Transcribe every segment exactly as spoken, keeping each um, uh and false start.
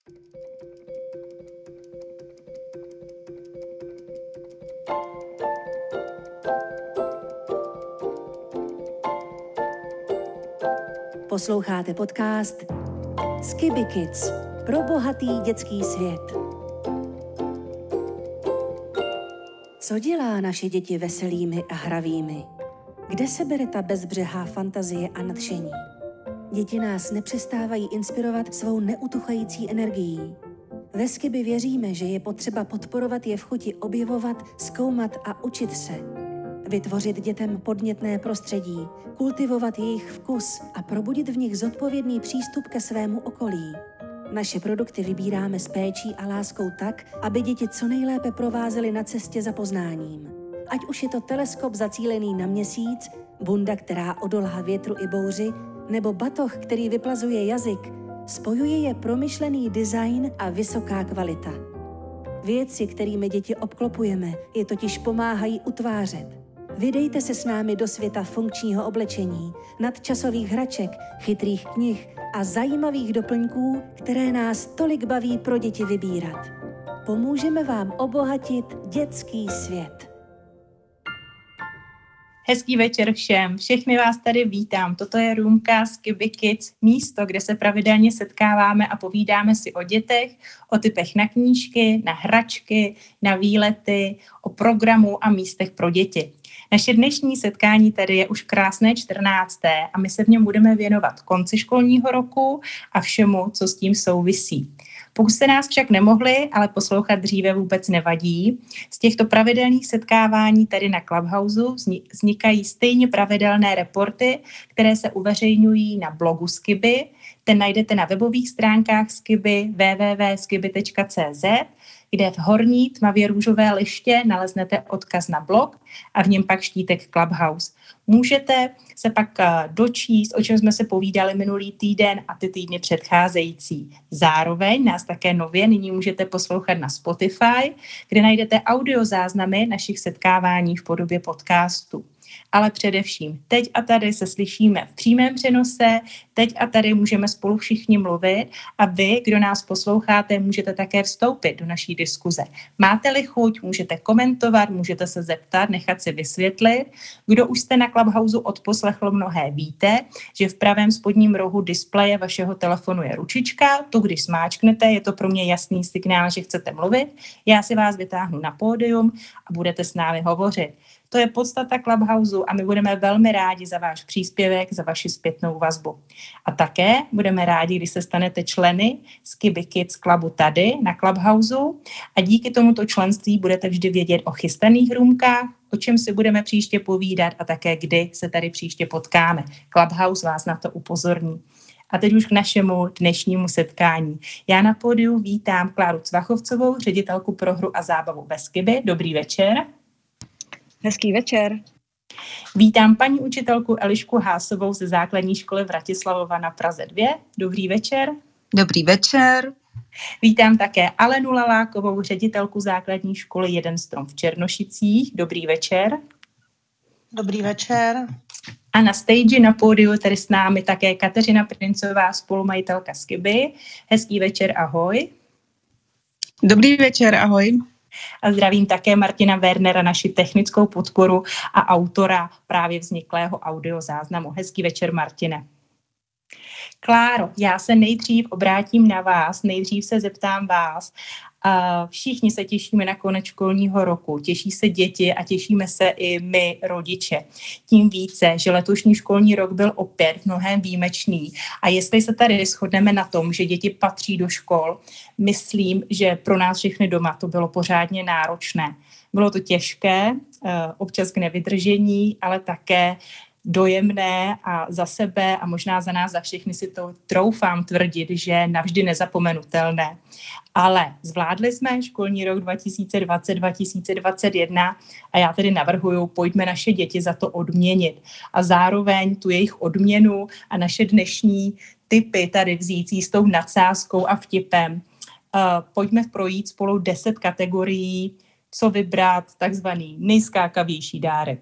Posloucháte podcast Skibi Kids pro bohatý dětský svět. Co dělá naše děti veselými a hravými? Kde se bere ta bezbřehá fantazie a nadšení? Děti nás nepřestávají inspirovat svou neutuchající energií. Ve Skibi věříme, že je potřeba podporovat je v chuti objevovat, zkoumat a učit se. Vytvořit dětem podnětné prostředí, kultivovat jejich vkus a probudit v nich zodpovědný přístup ke svému okolí. Naše produkty vybíráme s péčí a láskou tak, aby děti co nejlépe provázely na cestě za poznáním. Ať už je to teleskop zacílený na měsíc, bunda, která odolá větru i bouři, nebo batoh, který vyplazuje jazyk, spojuje je promyšlený design a vysoká kvalita. Věci, kterými děti obklopujeme, je totiž pomáhají utvářet. Vydejte se s námi do světa funkčního oblečení, nadčasových hraček, chytrých knih a zajímavých doplňků, které nás tolik baví pro děti vybírat. Pomůžeme vám obohatit dětský svět. Hezký večer všem, všechny vás tady vítám. Toto je Roomka Skibi Kids, místo, kde se pravidelně setkáváme a povídáme si o dětech, o typech na knížky, na hračky, na výlety, o programu a místech pro děti. Naše dnešní setkání tady je už krásné čtrnácté a my se v něm budeme věnovat konci školního roku a všemu, co s tím souvisí. Pokud jste nás však nemohli, ale poslouchat dříve vůbec nevadí, z těchto pravidelných setkávání tady na Clubhouse vznikají stejně pravidelné reporty, které se uveřejňují na blogu Skibi. Ten najdete na webových stránkách Skibi w w w tečka skibi tečka c z, kde v horní tmavě růžové liště naleznete odkaz na blog a v něm pak štítek Clubhouse. Můžete se pak dočíst, o čem jsme se povídali minulý týden a ty týdny předcházející. Zároveň nás také nově nyní můžete poslouchat na Spotify, kde najdete audiozáznamy našich setkávání v podobě podcastu. Ale především teď a tady se slyšíme v přímém přenose, teď a tady můžeme spolu všichni mluvit a vy, kdo nás posloucháte, můžete také vstoupit do naší diskuze. Máte-li chuť, můžete komentovat, můžete se zeptat, nechat si vysvětlit. Kdo už jste na Clubhouse odposlechl mnohé, víte, že v pravém spodním rohu displeje vašeho telefonu je ručička, to když smáčknete, je to pro mě jasný signál, že chcete mluvit. Já si vás vytáhnu na pódium a budete s námi hovořit. To je podstata Clubhouse a my budeme velmi rádi za váš příspěvek, za vaši zpětnou vazbu. A také budeme rádi, když se stanete členy Skibi Kids Clubu tady na Clubhouse a díky tomuto členství budete vždy vědět o chystaných roomkách, o čem si budeme příště povídat a také kdy se tady příště potkáme. Clubhouse vás na to upozorní. A teď už k našemu dnešnímu setkání. Já na pódiu vítám Kláru Cvachovcovou, ředitelku pro hru a zábavu ve Skibi. Dobrý večer. Hezký večer. Vítám paní učitelku Elišku Hásovou ze základní školy Vratislavova na Praze dva. Dobrý večer. Dobrý večer. Vítám také Alenu Lalákovou, ředitelku základní školy Jeden strom v Černošicích. Dobrý večer. Dobrý večer. A na stage na pódiu tady s námi také Kateřina Princová, spolumajitelka Skibi. Hezký večer, ahoj. Dobrý večer, ahoj. A zdravím také Martina Wernera, naši technickou podporu a autora právě vzniklého audiozáznamu. Hezký večer, Martine. Kláro, já se nejdřív obrátím na vás, nejdřív se zeptám vás. Všichni se těšíme na konec školního roku, těší se děti a těšíme se i my, rodiče. Tím více, že letošní školní rok byl opět mnohem výjimečný a jestli se tady shodneme na tom, že děti patří do škol, myslím, že pro nás všechny doma to bylo pořádně náročné. Bylo to těžké, občas k nevydržení, ale také dojemné a za sebe a možná za nás, za všechny si to troufám tvrdit, že navždy nezapomenutelné. Ale zvládli jsme školní rok dva tisíce dvacet dva tisíce dvacet jedna a já tedy navrhuju, pojďme naše děti za to odměnit. A zároveň tu jejich odměnu a naše dnešní tipy tady vzít s tou nadsázkou a vtipem. Uh, pojďme projít spolu deset kategorií, co vybrat, takzvaný nejskákavější dárek.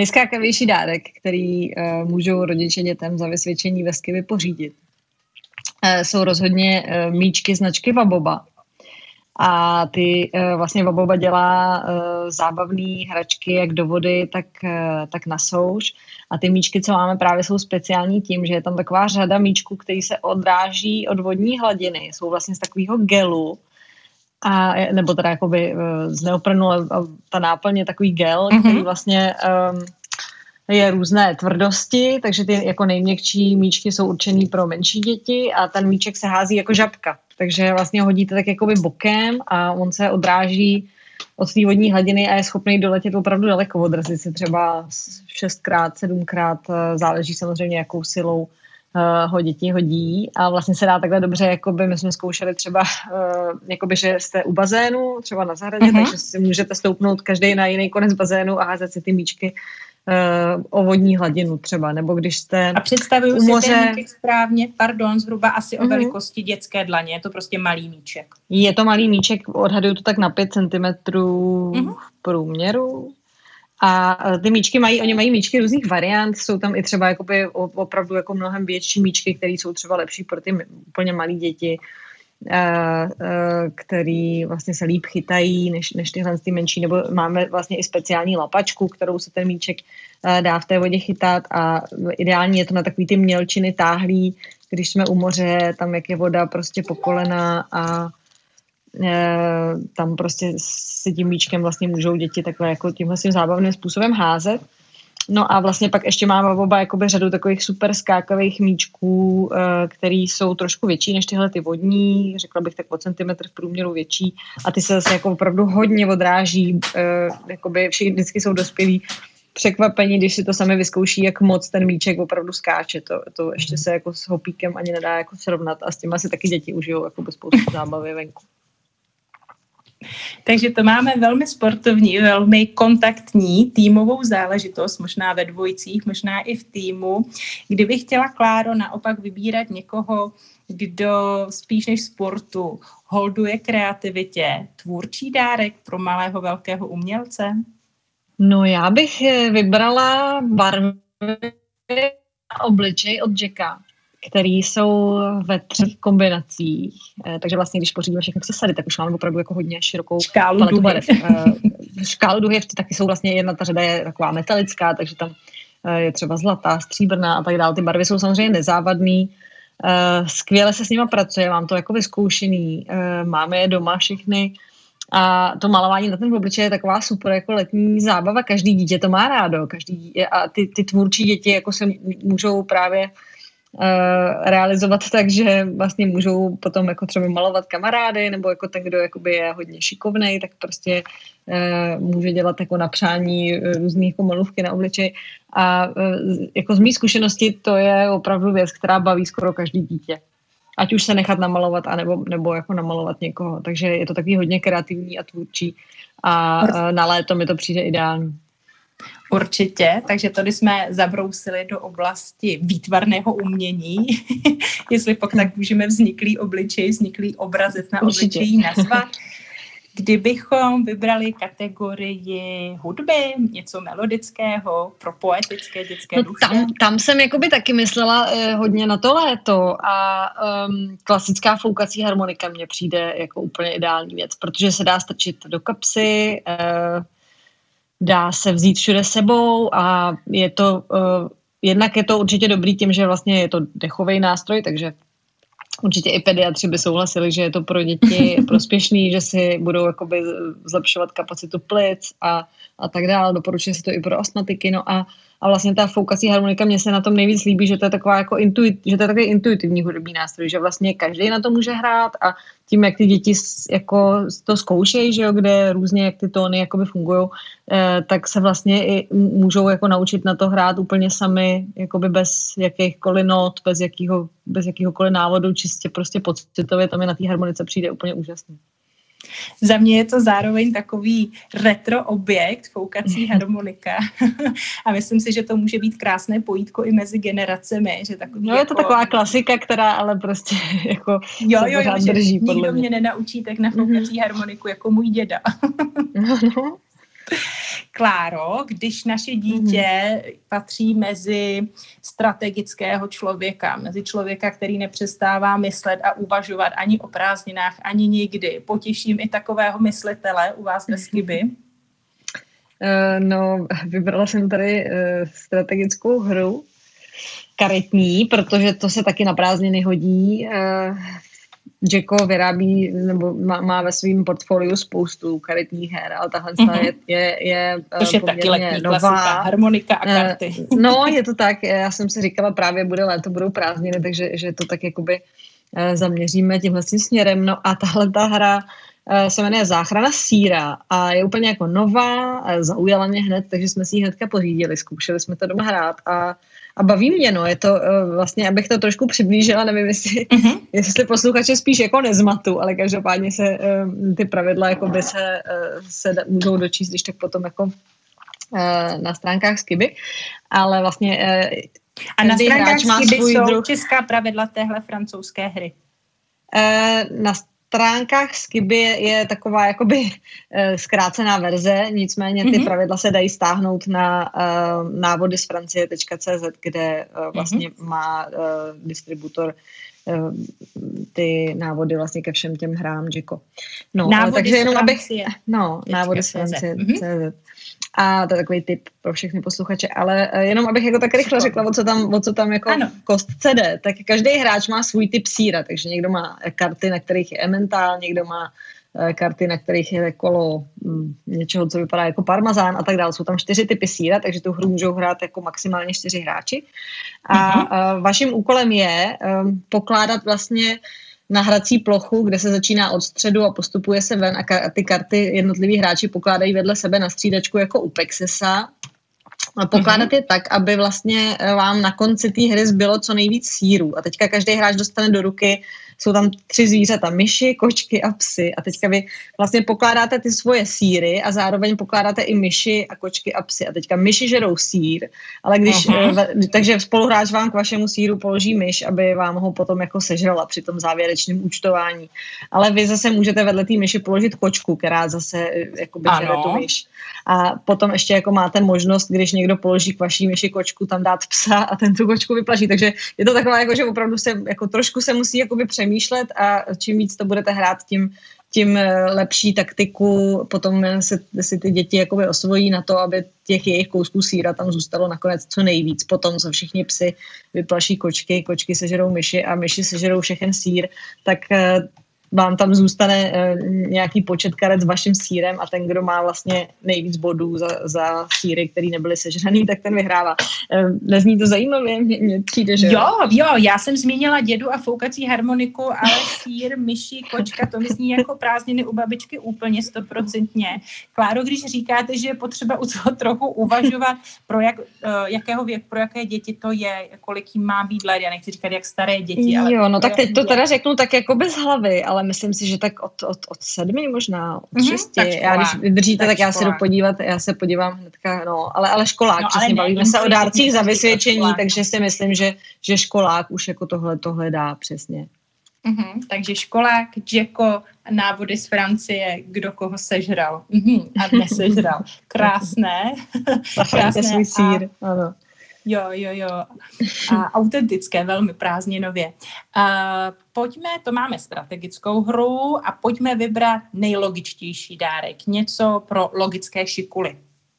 Nejskákavější dárek, který uh, můžou rodiče dětem za vysvědčení ve Skibi pořídit. jsou rozhodně míčky značky Vaboba. A ty vlastně Vaboba dělá zábavné hračky jak do vody, tak, tak na souš. A ty míčky, co máme právě, jsou speciální tím, že je tam taková řada míčků, který se odráží od vodní hladiny. Jsou vlastně z takového gelu, a, nebo teda jakoby z neoprenu, a ta náplň je takový gel, mm-hmm. který vlastně um, je různé tvrdosti, takže ty jako nejměkčí míčky jsou určený pro menší děti a ten míček se hází jako žabka. Takže vlastně hodíte tak jakoby bokem a on se odráží od té vodní hladiny a je schopný doletět opravdu daleko, odrazit se třeba šestkrát, sedmkrát, záleží samozřejmě, jakou silou uh, ho děti hodí a vlastně se dá takhle dobře, jakoby my jsme zkoušeli třeba, uh, jakoby, že jste u bazénu, třeba na zahradě, uh-huh. takže si můžete stoupnout každý na jiný konec bazénu a házet si ty míčky uh, o vodní hladinu třeba, nebo když jste a představuju u moře... si ten míček správně, pardon, zhruba asi uh-huh. o velikosti dětské dlaně, je to prostě malý míček. Je to malý míček, odhaduju to tak na pět centimetrů uh-huh. v průměru. A ty míčky mají, oni mají míčky různých variant, jsou tam i třeba jakoby opravdu jako mnohem větší míčky, které jsou třeba lepší pro ty úplně malé děti, který vlastně se líp chytají než, než tyhle ty menší, nebo máme vlastně i speciální lapačku, kterou se ten míček dá v té vodě chytat a ideální je to na takový ty mělčiny táhlý, když jsme u moře, tam jak je voda prostě po kolena a tam prostě si tím míčkem vlastně můžou děti takhle jako tímhle svým zábavným způsobem házet. No a vlastně pak ještě máme oba jakoby řadu takových super skákavých míčků, který jsou trošku větší než tyhle ty vodní, řekla bych tak o centimetr v průměru větší a ty se zase jako opravdu hodně odráží, jakoby všichni vždycky jsou dospělí překvapení, když si to sami vyzkouší, jak moc ten míček opravdu skáče. To, to ještě se jako s hopíkem ani nedá jako srovnat a s tím asi taky děti užijou jako bez spoustu zábavy venku. Takže to máme velmi sportovní, velmi kontaktní týmovou záležitost, možná ve dvojicích, možná i v týmu. Kdybych chtěla, Kláro, naopak vybírat někoho, kdo spíš než sportu holduje kreativitě, tvůrčí dárek pro malého velkého umělce? No já bych vybrala barvy a obličej od Jacka, který jsou ve třech kombinacích. Takže vlastně, když pořídíme všechny přesady, tak už máme opravdu jako hodně širokou škálu duhy. Škálu duhy taky jsou vlastně, jedna ta řada je taková metalická, takže tam je třeba zlatá, stříbrná a tak dále. Ty barvy jsou samozřejmě nezávadný. Skvěle se s nima pracuje, mám to jako vyzkoušený, máme je doma všechny. A to malování na ten obličej je taková super jako letní zábava, každý dítě to má rádo, každý dítě, a ty, ty tvůrčí děti jako se můžou právě uh, realizovat tak, že vlastně můžou potom jako třeba malovat kamarády, nebo jako ten, kdo jakoby je hodně šikovnej, tak prostě uh, může dělat jako na přání různý jako malůvky na obličej a uh, jako z mý zkušenosti to je opravdu věc, která baví skoro každý dítě. Ať už se nechat namalovat, anebo, nebo jako namalovat někoho. Takže je to takový hodně kreativní a tvůrčí a na léto mi to přijde ideální. Určitě, takže tady jsme zabrousili do oblasti výtvarného umění. Jestli pak tak můžeme vzniklý obličej, vzniklý obrazec na obličeji nazvat. Kdybychom vybrali kategorii hudby, něco melodického, pro poetické dětské no, duše? Tam, tam jsem jakoby taky myslela eh, hodně na to léto a um, klasická foukací harmonika mně přijde jako úplně ideální věc, protože se dá strčit do kapsy, eh, dá se vzít všude sebou a je to, eh, jednak je to určitě dobrý tím, že vlastně je to dechový nástroj, takže určitě i pediatři by souhlasili, že je to pro děti prospěšný, že si budou jakoby zlepšovat kapacitu plic a, a tak dále. Doporučuje se to i pro astmatiky. No a, a vlastně ta foukací harmonika mně se na tom nejvíc líbí, že to je taková jako intuit, že to je takový intuitivní hudební nástroj, že vlastně každý na to může hrát a tím, jak ty děti jako to zkoušejí, že jo, kde různě jak ty tóny jakoby fungujou, eh, tak se vlastně i můžou jako naučit na to hrát úplně sami, jakoby bez jakýchkoliv not, bez jakýho, bez jakýhokoliv návodu, čistě prostě pocitově, to mi na té harmonice přijde úplně úžasný. Za mě je to zároveň takový retro objekt, foukací harmonika. A myslím si, že to může být krásné pojítko i mezi generacemi. Že takový no je to jako... taková klasika, která ale prostě jako jo, jo, jo, se drží, nikdo mě nenaučí tak na foukací mm-hmm. harmoniku jako můj děda. no, no. Kláro, když naše dítě mm. patří mezi strategického člověka, mezi člověka, který nepřestává myslet a uvažovat ani o prázdninách, ani nikdy. Potěším i takového myslitele u vás ve Skiby? Uh, no, vybrala jsem tady uh, strategickou hru karetní, protože to se taky na prázdniny hodí. Uh, Jacko vyrábí, nebo má, má ve svém portfoliu spoustu karetních her, ale tahle mm-hmm. je, je, je Což je taky letní klasika, harmonika a karty. No, je to tak, já jsem si říkala, právě bude léto, budou prázdniny, takže že to tak jakoby zaměříme tímhle směrem. No a tahle ta hra se jmenuje Záchrana síra a je úplně jako nová, zaujala mě hned, takže jsme si ji hnedka pořídili, zkoušeli jsme to doma hrát a A baví mě, no, je to uh, vlastně, abych to trošku přiblížila, nevím, jestli, uh-huh. jestli posluchače spíš jako nezmatu, ale každopádně se uh, ty pravidla jakoby se, uh, se da, můžou dočíst, když tak potom jako uh, na stránkách Skiby, ale vlastně uh, a na stránkách Skiby jsou druh... česká pravidla téhle francouzské hry. Uh, na stránkách Skiby je taková jakoby uh, zkrácená verze, nicméně ty mm-hmm. pravidla se dají stáhnout na uh, návody z francie tečka cé zet, kde uh, vlastně mm-hmm. má uh, distributor uh, ty návody vlastně ke všem těm hrám Jacko. No, návody takže jenom abych, no, návody z francie tečka cé zet. A to je takový tip pro všechny posluchače, ale jenom abych jako tak rychle řekla, o co tam, o co tam jako ano. kostce jde, tak každý hráč má svůj typ síra, takže někdo má karty, na kterých je emmentál, někdo má karty, na kterých je kolo m, něčeho, co vypadá jako parmazán a tak dále. Jsou tam čtyři typy síra, takže tu hru můžou hrát jako maximálně čtyři hráči. A, mm-hmm. a vaším úkolem je um, pokládat vlastně na hrací plochu, kde se začíná od středu a postupuje se ven a, ka- a ty karty jednotliví hráči pokládají vedle sebe na střídačku jako u Pexesa. A pokládat mm-hmm. je tak, aby vlastně vám na konci té hry zbylo co nejvíc sírů. A teďka každý hráč dostane do ruky, jsou tam tři zvířata, myši, kočky a psy. A teďka vy vlastně pokládáte ty svoje sýry a zároveň pokládáte i myši a kočky a psy. A teďka myši žerou sýr, ale když, uh-huh. takže spoluhráč vám k vašemu sýru položí myš, aby vám ho potom jako sežrala při tom závěrečném účtování. Ale vy zase můžete vedle té myši položit kočku, která zase jakoby žere tu myš. A potom ještě jako máte možnost, když někdo položí k vaší myši kočku, tam dát psa a ten tu kočku vyplaží. Takže je to takové, jako, že opravdu se jako trošku se musí jakoby přemýšlet a čím víc to budete hrát, tím, tím lepší taktiku potom si, si ty děti jakoby osvojí na to, aby těch jejich kousků sýra tam zůstalo nakonec co nejvíc. Potom, co všichni psi vyplaší kočky, kočky sežerou myši a myši sežerou všechen sýr, tak vám tam zůstane uh, nějaký počet karet s vaším sýrem a ten, kdo má vlastně nejvíc bodů za, za sýry, který nebyly sežraný, tak ten vyhrává. Uh, nezní to zajímavě? Mně přijde, že jo, jo, já jsem zmínila dědu a foukací harmoniku, ale sýr, myši, kočka, to mi zní jako prázdniny u babičky úplně stoprocentně. Kláro, když říkáte, že je potřeba u toho trochu uvažovat, pro jak, uh, jakého věku, pro jaké děti to je, kolik jim má být let, já nechci říkat, jak staré děti. Ale jo, no tak teď to teda řeknu tak jako bez hlavy, ale myslím si, že tak od, od, od sedmi možná, od mm-hmm, šesti. Já když vydržíte, tak, tak já se jdu podívat, já se podívám hnedka, no, ale, ale školák, no, přesně, ale bavíme se o dárcích za vysvědčení, takže si myslím, že, že školák už jako tohle tohle dá přesně. Mm-hmm, takže školák, Jacko, návody z Francie, kdo koho sežral. Mm-hmm, a nesežral. Krásné. Krásné svůj sýr, ano. Jo, jo, jo. A autentické, velmi prázdninově. A pojďme, to máme strategickou hru a pojďme vybrat nejlogičtější dárek. Něco pro logické šikuly.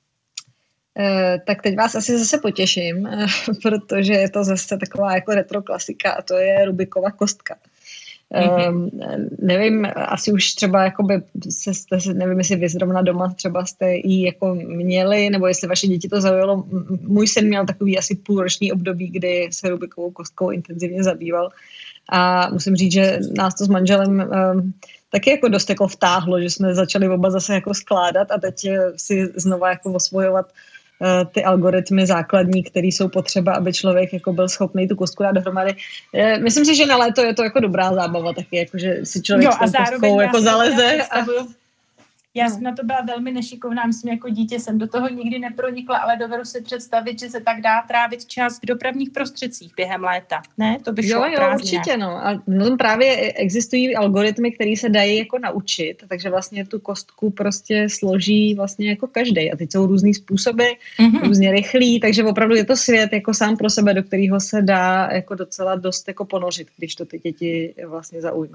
Eh, tak teď vás asi zase potěším, eh, protože je to zase taková jako retro klasika a to je Rubikova kostka. Mm-hmm. Um, nevím, asi už třeba jakoby se, se, nevím, jestli vy zrovna doma třeba jste ji jako měli, nebo jestli vaše děti to zaujalo. Můj syn měl takový asi půlroční období, kdy se Rubikovou kostkou intenzivně zabýval a musím říct, že nás to s manželem um, taky jako dost jako vtáhlo, že jsme začali oba zase jako skládat a teď si znova jako osvojovat ty algoritmy základní, které jsou potřeba, aby člověk jako byl schopný tu kostku dát dohromady. Myslím si, že na léto je to jako dobrá zábava taky, jako že si člověk jo, s tou kostkou jako zaleze. A... Já jsem na to byla velmi nešikovná, myslím, jako dítě jsem do toho nikdy nepronikla, ale dovedu si představit, že se tak dá trávit čas v dopravních prostředcích během léta. Ne? To by šlo Jo, jo, určitě, no. A no, právě existují algoritmy, které se dají jako naučit, takže vlastně tu kostku prostě složí vlastně jako každej. A teď jsou různý způsoby, mm-hmm. různě rychlý, takže opravdu je to svět jako sám pro sebe, do kterého se dá jako docela dost jako ponořit, když to ty děti vlastně zaujme.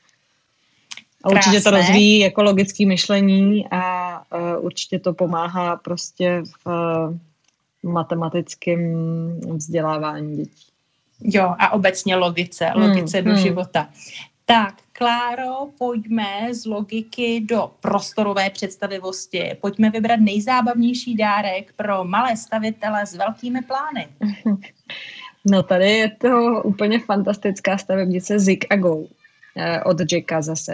A určitě Krásné. to rozvíjí jako logické myšlení a uh, určitě to pomáhá prostě v uh, matematickém vzdělávání dětí. Jo, a obecně logice, logice hmm, do hmm. života. Tak, Kláro, pojďme z logiky do prostorové představivosti. Pojďme vybrat nejzábavnější dárek pro malé stavitele s velkými plány. No tady je to úplně fantastická stavebnice Zig a Go od Jacka zase.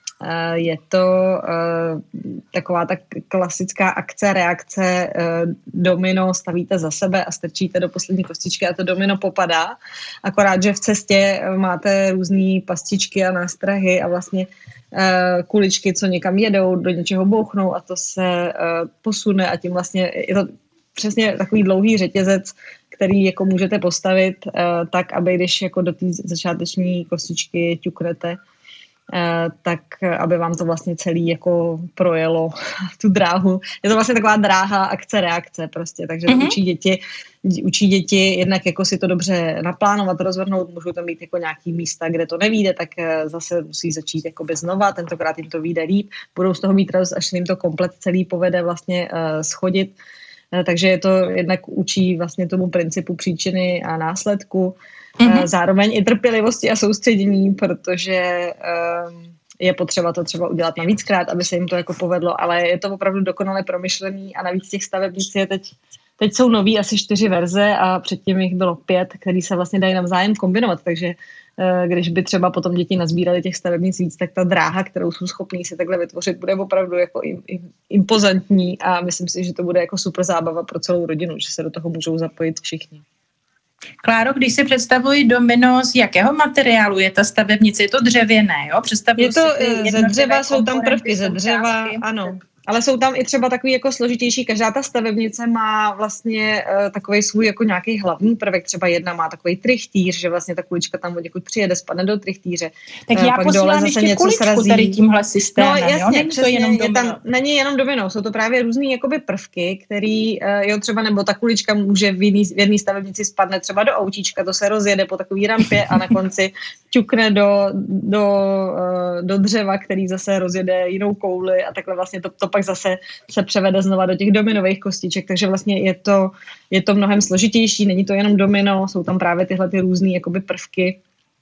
Je to uh, taková tak klasická akce, reakce, uh, domino stavíte za sebe a strčíte do poslední kostičky a to domino popadá. Akorát, že v cestě máte různé pastičky a nástrahy a vlastně uh, kuličky, co někam jedou, do něčeho bouchnou a to se uh, posune a tím vlastně je to přesně takový dlouhý řetězec, který jako můžete postavit uh, tak, aby když jako do té začáteční kostičky ťuknete, Uh, tak aby vám to vlastně celý jako projelo tu dráhu. Je to vlastně taková dráha akce reakce prostě, takže to mm-hmm. učí děti, učí děti jednak jako si to dobře naplánovat, rozvrhnout, můžou tam být jako nějaký místa, kde to nevíde, tak zase musí začít jakoby znova, tentokrát jim to vyjde líp, budou z toho mít radost, až jim to komplet celý povede vlastně uh, schodit. Uh, takže je to jednak učí vlastně tomu principu příčiny a následku. Mm-hmm. Zároveň i trpělivosti a soustředění, protože um, je potřeba to třeba udělat navíckrát, aby se jim to jako povedlo, ale je to opravdu dokonale promyšlený a navíc těch stavebnic je teď, teď jsou nový asi čtyři verze a předtím jich bylo pět, který se vlastně dají navzájem kombinovat, takže uh, když by třeba potom děti nazbírali těch stavebnic víc, tak ta dráha, kterou jsou schopní si takhle vytvořit, bude opravdu jako im, im, impozantní a myslím si, že to bude jako super zábava pro celou rodinu, že se do toho můžou zapojit všichni. Kláro, když si představuji domino, z jakého materiálu je ta stavebnice? Je to dřevěné, jo? Představuji je to si ze dřeva, jsou tam prvky ze dřeva, ano. Ale jsou tam i třeba takový jako složitější, každá ta stavebnice má vlastně uh, takový svůj jako nějaký hlavní prvek, třeba jedna má takový trichtýř, že vlastně ta kulička tam od někud přijede, spadne do trichtýře. Tak uh, já posílám ještě kuličku srazí. Tady tímhle systémem, no, jasně, jo? Není přesně, to jenom domino. Je tam, není jenom domino, jsou to právě různý jakoby prvky, který, uh, jo, třeba nebo ta kulička může v jedné stavebnici spadne třeba do autíčka, to se rozjede po takový rampě a na konci ťukne do, do, uh, do dřeva, který zase rozjede jinou kouli a takhle vlastně to, to pak zase se převede znova do těch dominových kostiček, takže vlastně je to, je to mnohem složitější, není to jenom domino, jsou tam právě tyhle ty různý jakoby prvky.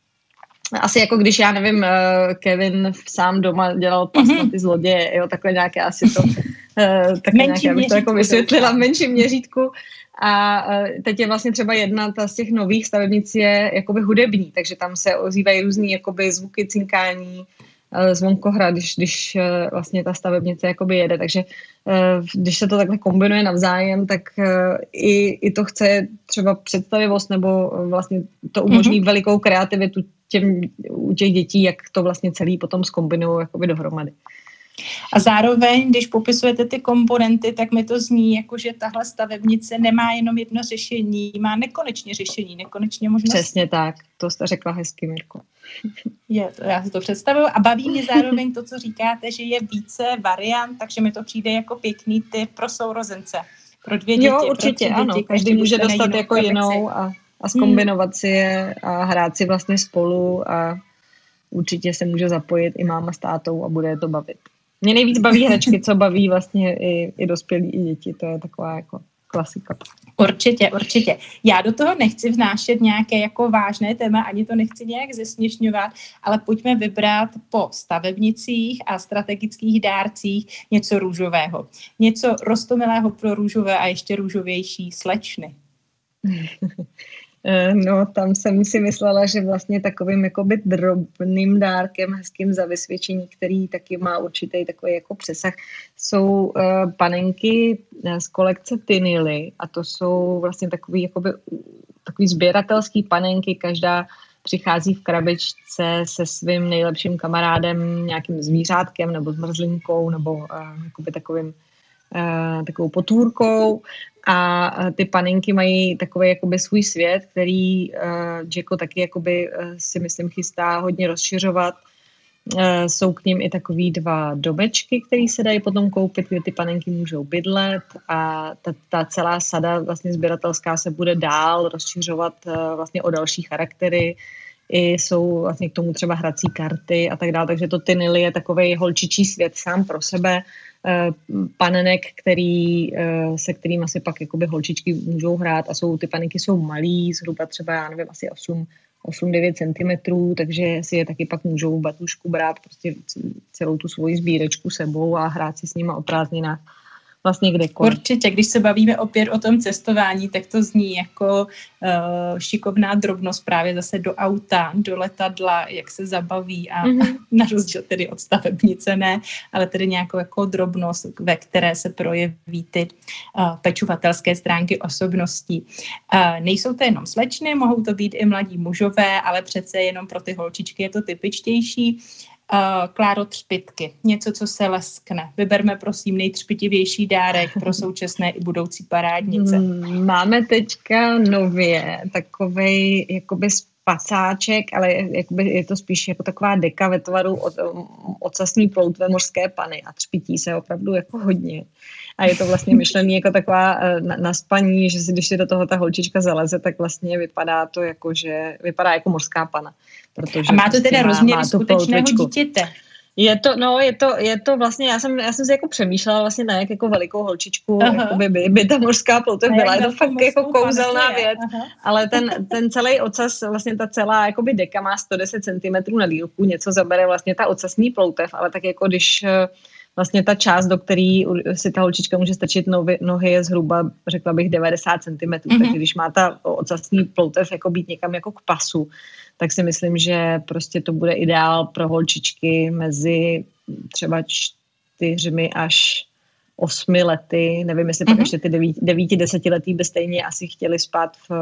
Asi jako když, já nevím, Kevin sám doma dělal pas na ty zloděje, jo, takhle nějaké asi to, takhle nějaké, abych to jako vysvětlila v menším měřítku. A teď je vlastně třeba jedna ta z těch nových stavebnic je jakoby hudební, takže tam se ozývají různý jakoby zvuky, cinkání, zvonkohra, když, když vlastně ta stavebnice jakoby jede, takže když se to takhle kombinuje navzájem, tak i, i to chce třeba představivost nebo vlastně to umožní mm-hmm. velikou kreativitu těm, u těch dětí, jak to vlastně celý potom zkombinují jakoby dohromady. A zároveň, když popisujete ty komponenty, tak mi to zní, jako že tahle stavebnice nemá jenom jedno řešení, má nekonečně řešení, nekonečně možnost. Přesně tak, to jste řekla hezky, Mirko. Je to, já si to představuju a baví mě zároveň to, co říkáte, že je více variant, takže mi to přijde jako pěkný tip pro sourozence, pro dvě děti. Jo, určitě, pro ano, děti, každý může dostat jinou jako jinou a, a zkombinovat hmm. si je a hrát si vlastně spolu a určitě se může zapojit i máma s tátou a bude je to bavit. Mě nejvíc baví hračky, co baví vlastně i, i dospělí, i děti. To je taková jako klasika. Určitě, určitě. Já do toho nechci vnášet nějaké jako vážné téma, ani to nechci nějak zesměšňovat, ale pojďme vybrat po stavebnicích a strategických dárcích něco růžového. Něco roztomilého pro růžové a ještě růžovější slečny. No, tam jsem si myslela, že vlastně takovým jakoby drobným dárkem, hezkým za vysvědčení, který taky má určitý takový jako přesah, jsou uh, panenky z kolekce Tinily a to jsou vlastně takový jakoby takový sběratelský panenky, každá přichází v krabičce se svým nejlepším kamarádem, nějakým zvířátkem nebo zmrzlinkou nebo uh, jakoby takovým, uh, takovou potůrkou a uh, ty panenky mají takový jakoby svůj svět, který uh, Jacko taky jakoby uh, si myslím chystá hodně rozšiřovat. Uh, jsou k ním i takový dva domečky, které se dají potom koupit, kde ty panenky můžou bydlet a ta, ta celá sada vlastně sběratelská se bude dál rozšiřovat uh, vlastně o další charaktery. I jsou vlastně k tomu třeba hrací karty a tak dále, takže to Tinily je takovej holčičí svět sám pro sebe, uh, panenek, který, uh, se kterým asi pak jakoby holčičky můžou hrát a jsou, ty panenky jsou malý, zhruba třeba, já nevím, asi osm devět centimetrů, takže si je taky pak můžou v batušku brát prostě celou tu svoji sbírečku sebou a hrát si s nima o prázdninách vlastně kdekoliv. Určitě, když se bavíme opět o tom cestování, tak to zní jako uh, šikovná drobnost právě zase do auta, do letadla, jak se zabaví a mm-hmm. na rozdíl tedy od stavebnice ne, ale tedy nějakou jako drobnost, ve které se projeví ty uh, pečovatelské stránky osobností. Uh, nejsou to jenom slečny, mohou to být i mladí mužové, ale přece jenom pro ty holčičky je to typičtější. Uh, Kláro, třpytky. Něco, co se leskne. Vyberme, prosím, nejtřpitivější dárek pro současné i budoucí parádnice. Máme teďka nově takovej jakoby spacáček, ale jakoby je to spíš jako taková deka ve tvaru od, ocasní ploutve mořské pany a třpití se opravdu jako hodně. A je to vlastně myšlený jako taková na, na spaní, že si, když si do toho ta holčička zaleze, tak vlastně vypadá to jako, že vypadá jako mořská pana. Protože a má to teda má, rozměry má skutečného dítěte? Je to, no, je to, je to vlastně, já jsem, já jsem si jako přemýšlela vlastně na jak jako velikou holčičku jakoby by, by ta mořská ploutev byla, je to fakt jako kouzelná věc, aha. Ale ten, ten celý ocas, vlastně ta celá jakoby deka má sto deset centimetrů na dílku, něco zabere vlastně ta ocasní ploutev, ale tak jako když vlastně ta část, do který si ta holčička může strčit nohy, nohy je zhruba, řekla bych, devadesát centimetrů, mm-hmm. takže když má ta ocasní ploutev jako být někam jako k pasu, tak si myslím, že prostě to bude ideál pro holčičky mezi třeba čtyřmi až osmi lety. Nevím, jestli mm-hmm. pak ještě ty devíti, devíti, desetiletí by stejně asi chtěli spát v,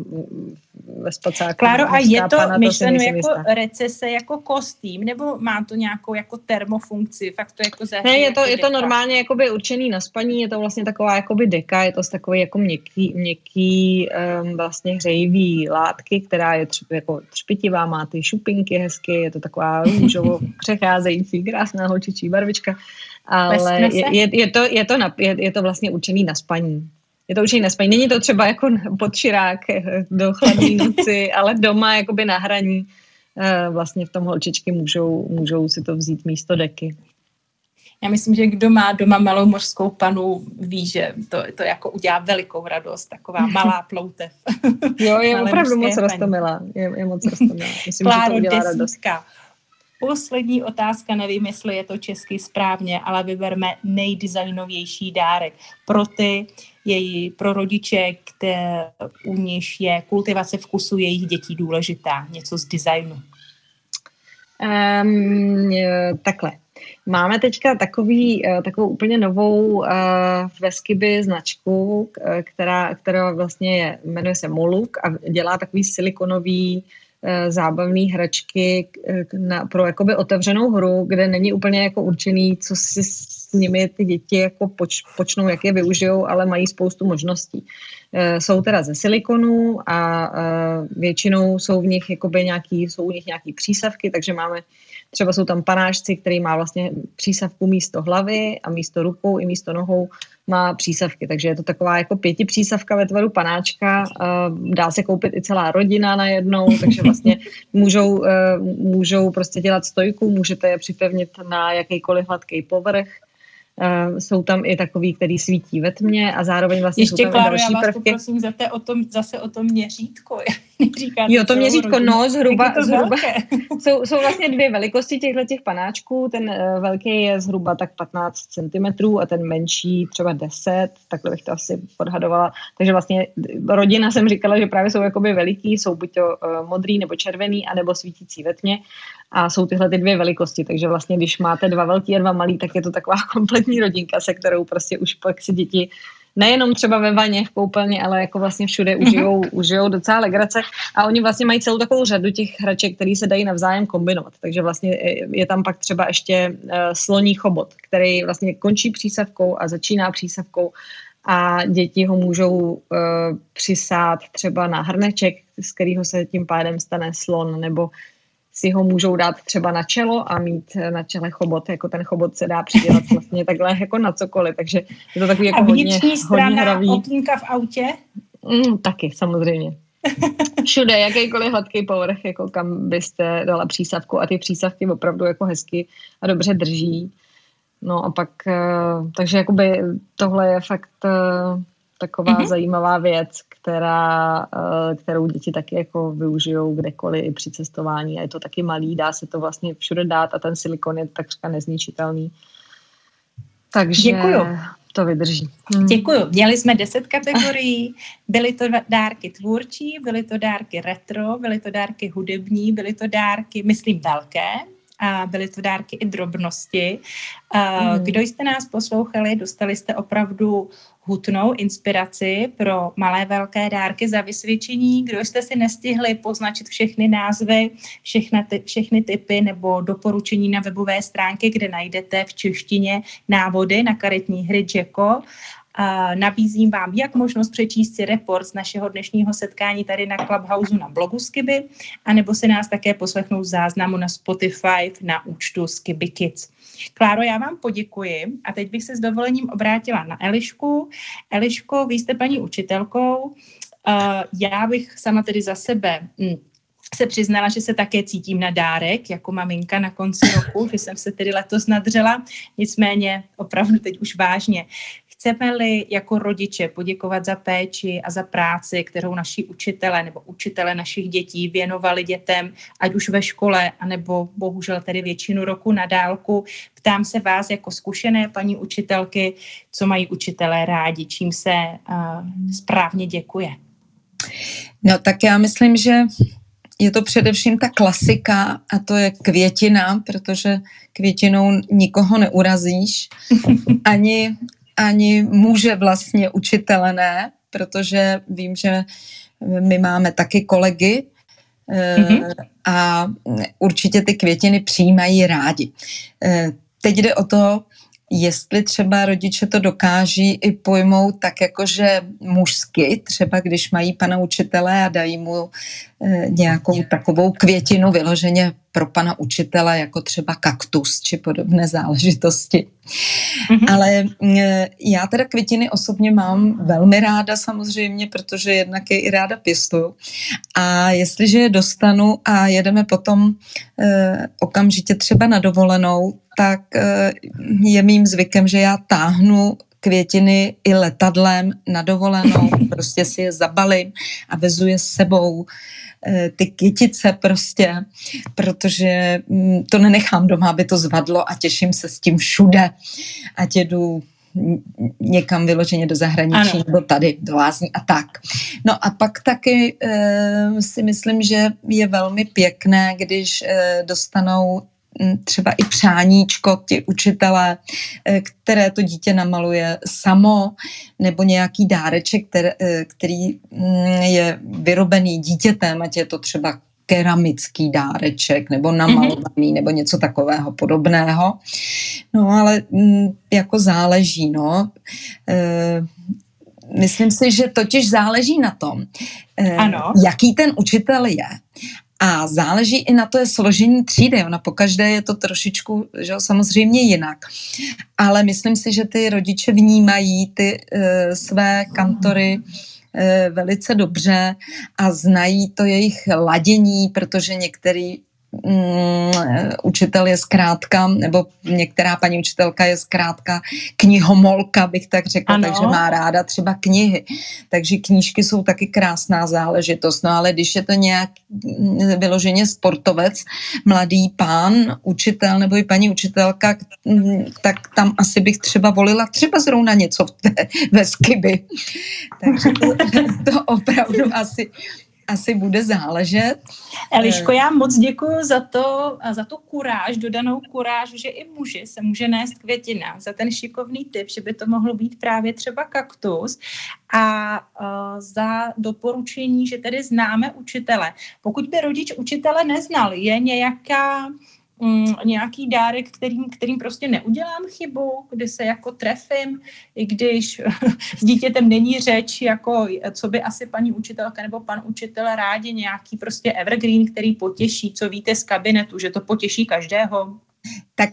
ve spacáku. Kláro, a je to myšleno jako jistá. Recese, jako kostým, nebo má to nějakou jako termofunkci? Fakt to jako zahří, ne, je to, jako je to normálně jakoby určený na spaní, je to vlastně taková jakoby deka, je to z takový jako měkký, měkký um, vlastně hřejivý látky, která je tř, jako třpitivá, má ty šupinky hezky, je to taková růžovo přecházející, krásná holčičí barvička. Ale je, je, je, to, je, to na, je, je to vlastně určený na spaní. Je to určený na spaní. Není to třeba jako pod širák do chladné noci, ale doma jakoby na hraní vlastně v tom holčičky můžou, můžou si to vzít místo deky. Já myslím, že kdo má doma malou mořskou panu, ví, že to, to jako udělá velikou radost, taková malá ploutev. Jo, je opravdu moc roztomilá. Je, je moc roztomilá. Myslím, Kláro, že to udělá desítka. radost. Poslední otázka, nevím, jestli je to česky správně, ale vyberme nejdesignovější dárek pro ty, její, pro rodiče, které, u níž je kultivace vkusu jejich dětí důležitá. Něco z designu. Um, takhle. Máme teďka takový, takovou úplně novou uh, Veskyby značku, která, která vlastně je, jmenuje se Moluk a dělá takový silikonový zábavné hračky na, pro jakoby otevřenou hru, kde není úplně jako určený, co si s nimi ty děti jako poč, počnou, jak je využijou, ale mají spoustu možností. E, jsou teda ze silikonu a e, většinou jsou v nich jakoby nějaký, jsou u nich nějaký přísavky, takže máme, třeba jsou tam panáčci, který má vlastně přísavku místo hlavy a místo rukou i místo nohou má přísavky, takže je to taková jako pěti přísavka ve tvaru panáčka, dá se koupit i celá rodina najednou, takže vlastně můžou, můžou prostě dělat stojku, můžete je připevnit na jakýkoliv hladký povrch, Uh, jsou tam i takový, který svítí ve tmě a zároveň vlastně ještě, jsou tam Kláro, i další já vás prvky. Poprosím zase o tom, zase o tom měřítko. Jo, to měřítko, rodinu. no, zhruba, to zhruba jsou, jsou vlastně dvě velikosti těchto těch panáčků, ten uh, velký je zhruba tak patnáct centimetrů a ten menší třeba deset, takhle bych to asi odhadovala, takže vlastně rodina jsem říkala, že právě jsou jakoby veliký, jsou buď to uh, modrý nebo červený, anebo svítící ve tmě a jsou tyhle ty dvě velikosti, takže vlastně když máte dva velký a dva malý, tak je to taková kompletní rodinka, se kterou prostě už pak si děti nejenom třeba ve vaně, v koupelně, ale jako vlastně všude užijou, mm-hmm. užijou docela legrace a oni vlastně mají celou takovou řadu těch hraček, které se dají navzájem kombinovat. Takže vlastně je tam pak třeba ještě uh, sloní chobot, který vlastně končí přísavkou a začíná přísavkou a děti ho můžou uh, přisát třeba na hrneček, z kterého se tím pádem stane slon, nebo si ho můžou dát třeba na čelo a mít na čele chobot. Jako ten chobot se dá přidělat vlastně takhle jako na cokoliv, takže je to takový jako hodně, hodně strana hravý. okýnka v autě? Mm, taky, samozřejmě. Všude, jakýkoliv hladký povrch, jako kam byste dala přísavku a ty přísavky opravdu jako hezky a dobře drží. No a pak, takže jakoby tohle je fakt taková mm-hmm. zajímavá věc, která, kterou děti taky jako využijou kdekoliv i při cestování a je to taky malý, dá se to vlastně všude dát a ten silikon je takřka nezničitelný. Takže děkuju. To vydrží. Hmm. Děkuju. Měli jsme deset kategorií, byly to dárky tvůrčí, byly to dárky retro, byly to dárky hudební, byly to dárky, myslím, velké, a byly to dárky i drobnosti. Hmm. Kdo jste nás poslouchali, dostali jste opravdu hutnou inspiraci pro malé velké dárky za vysvědčení. Kdo jste si nestihli poznačit všechny názvy, všechny, ty, všechny typy nebo doporučení na webové stránky, kde najdete v češtině návody na karetní hry Jacko. A nabízím vám jak možnost přečíst si report z našeho dnešního setkání tady na Clubhouse na blogu Skiby, anebo si nás také poslechnout z záznamu na Spotify na účtu Skiby Kids. Kláro, já vám poděkuji a teď bych se s dovolením obrátila na Elišku. Eliško, vy jste paní učitelkou. Uh, já bych sama tedy za sebe hm, se přiznala, že se také cítím na dárek jako maminka na konci roku, že jsem se tedy letos nadřela, nicméně opravdu teď už vážně. Chceme-li jako rodiče poděkovat za péči a za práci, kterou naši učitelé nebo učitelé našich dětí věnovali dětem, ať už ve škole, anebo bohužel tedy většinu roku na dálku, ptám se vás jako zkušené paní učitelky, co mají učitelé rádi, čím se uh, správně děkuje. No tak já myslím, že je to především ta klasika a to je květina, protože květinou nikoho neurazíš, ani ani muže vlastně učitele ne, protože vím, že my máme taky kolegy mm-hmm. a určitě ty květiny přijímají rádi. Teď jde o to, jestli třeba rodiče to dokáží i pojmout tak jakože mužsky, třeba když mají pana učitele a dají mu e, nějakou takovou květinu vyloženě pro pana učitele, jako třeba kaktus či podobné záležitosti. Mm-hmm. Ale e, já teda květiny osobně mám velmi ráda samozřejmě, protože jednak je i ráda pěstuju. A jestliže je dostanu a jedeme potom e, okamžitě třeba na dovolenou, tak je mým zvykem, že já táhnu květiny i letadlem na dovolenou, prostě si je zabalím a vezu je s sebou, ty kytice prostě, protože to nenechám doma, aby to zvadlo a těším se s tím všude, ať jedu někam vyloženě do zahraničí ano. nebo tady do lázní a tak. No a pak taky e, si myslím, že je velmi pěkné, když e, dostanou třeba i přáníčko ti učitelé, které to dítě namaluje samo, nebo nějaký dáreček, který, který je vyrobený dítětem, ať je to třeba keramický dáreček, nebo namalovaný, mm-hmm. nebo něco takového podobného. No ale jako záleží, no. Myslím si, že totiž záleží na tom, ano. jaký ten učitel je. A záleží i na to je složení třídy. Ona pokaždé je to trošičku, že samozřejmě jinak. Ale myslím si, že ty rodiče vnímají ty e, své kantory e, velice dobře a znají to jejich ladění, protože některý Mm, učitel je zkrátka, nebo některá paní učitelka je zkrátka knihomolka, bych tak řekla, ano. takže má ráda třeba knihy. Takže knížky jsou taky krásná záležitost. No ale když je to nějak vyloženě sportovec, mladý pán, učitel nebo i paní učitelka, tak tam asi bych třeba volila třeba zrovna něco v té, ve Skiby. Takže to, to opravdu asi asi bude záležet. Eliško, já moc děkuji za to, za tu kuráž, dodanou kuráž, že i muži se může nést květina, za ten šikovný tip, že by to mohlo být právě třeba kaktus a uh, za doporučení, že tedy známe učitele. Pokud by rodič učitele neznal, je nějaká Mm, nějaký dárek, kterým, kterým prostě neudělám chybu, kdy se jako trefím, i když s dítětem není řeč, jako co by asi paní učitelka nebo pan učitel rádi, nějaký prostě evergreen, který potěší, co víte z kabinetu, že to potěší každého? Tak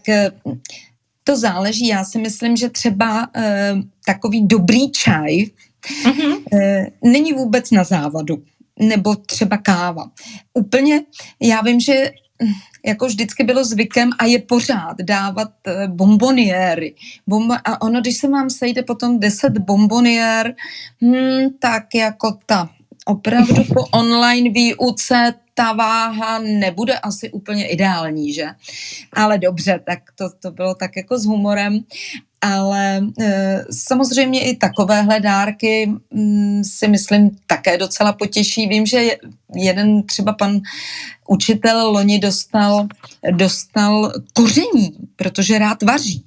to záleží. Já si myslím, že třeba uh, takový dobrý čaj uh-huh. uh, není vůbec na závadu. Nebo třeba káva. Úplně, já vím, že jako vždycky bylo zvykem a je pořád dávat bomboniéry. Bomba, a ono, když se vám sejde potom deset bomboniér, hmm, tak jako ta opravdu po online výuce ta váha nebude asi úplně ideální, že? Ale dobře, tak to, to bylo tak jako s humorem. Ale e, samozřejmě i takovéhle dárky m, si myslím také docela potěší. Vím, že jeden třeba pan učitel loni dostal, dostal koření, protože rád vaří.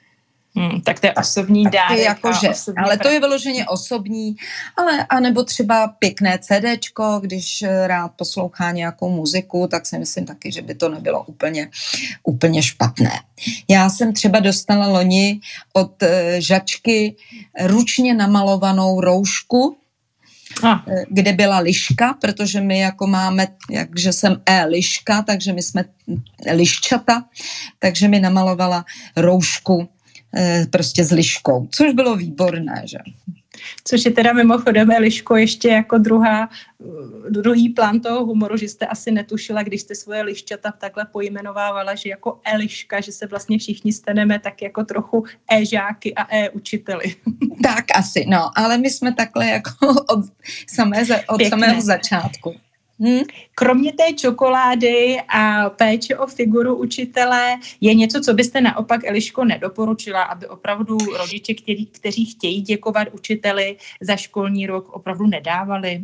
Hmm, tak to je osobní dárek. Jako že, ale to je vyloženě osobní, ale anebo třeba pěkné CDčko, když rád poslouchá nějakou muziku, tak si myslím taky, že by to nebylo úplně, úplně špatné. Já jsem třeba dostala loni od žačky ručně namalovanou roušku, Ah. kde byla liška, protože my jako máme, jakže jsem e-liška, takže my jsme liščata, takže mi namalovala roušku prostě s liškou, což bylo výborné, že? Což je teda mimochodem, Eliško, ještě jako druhá, druhý plán toho humoru, že jste asi netušila, když jste svoje liščata takhle pojmenovávala, že jako Eliška, že se vlastně všichni staneme tak jako trochu e-žáky a e-učiteli. Tak asi, no, ale my jsme takhle jako od, samé, od samého začátku. Hmm. Kromě té čokolády a péče o figuru učitele je něco, co byste naopak, Eliško, nedoporučila, aby opravdu rodiče, kteří, kteří chtějí děkovat učiteli za školní rok, opravdu nedávali?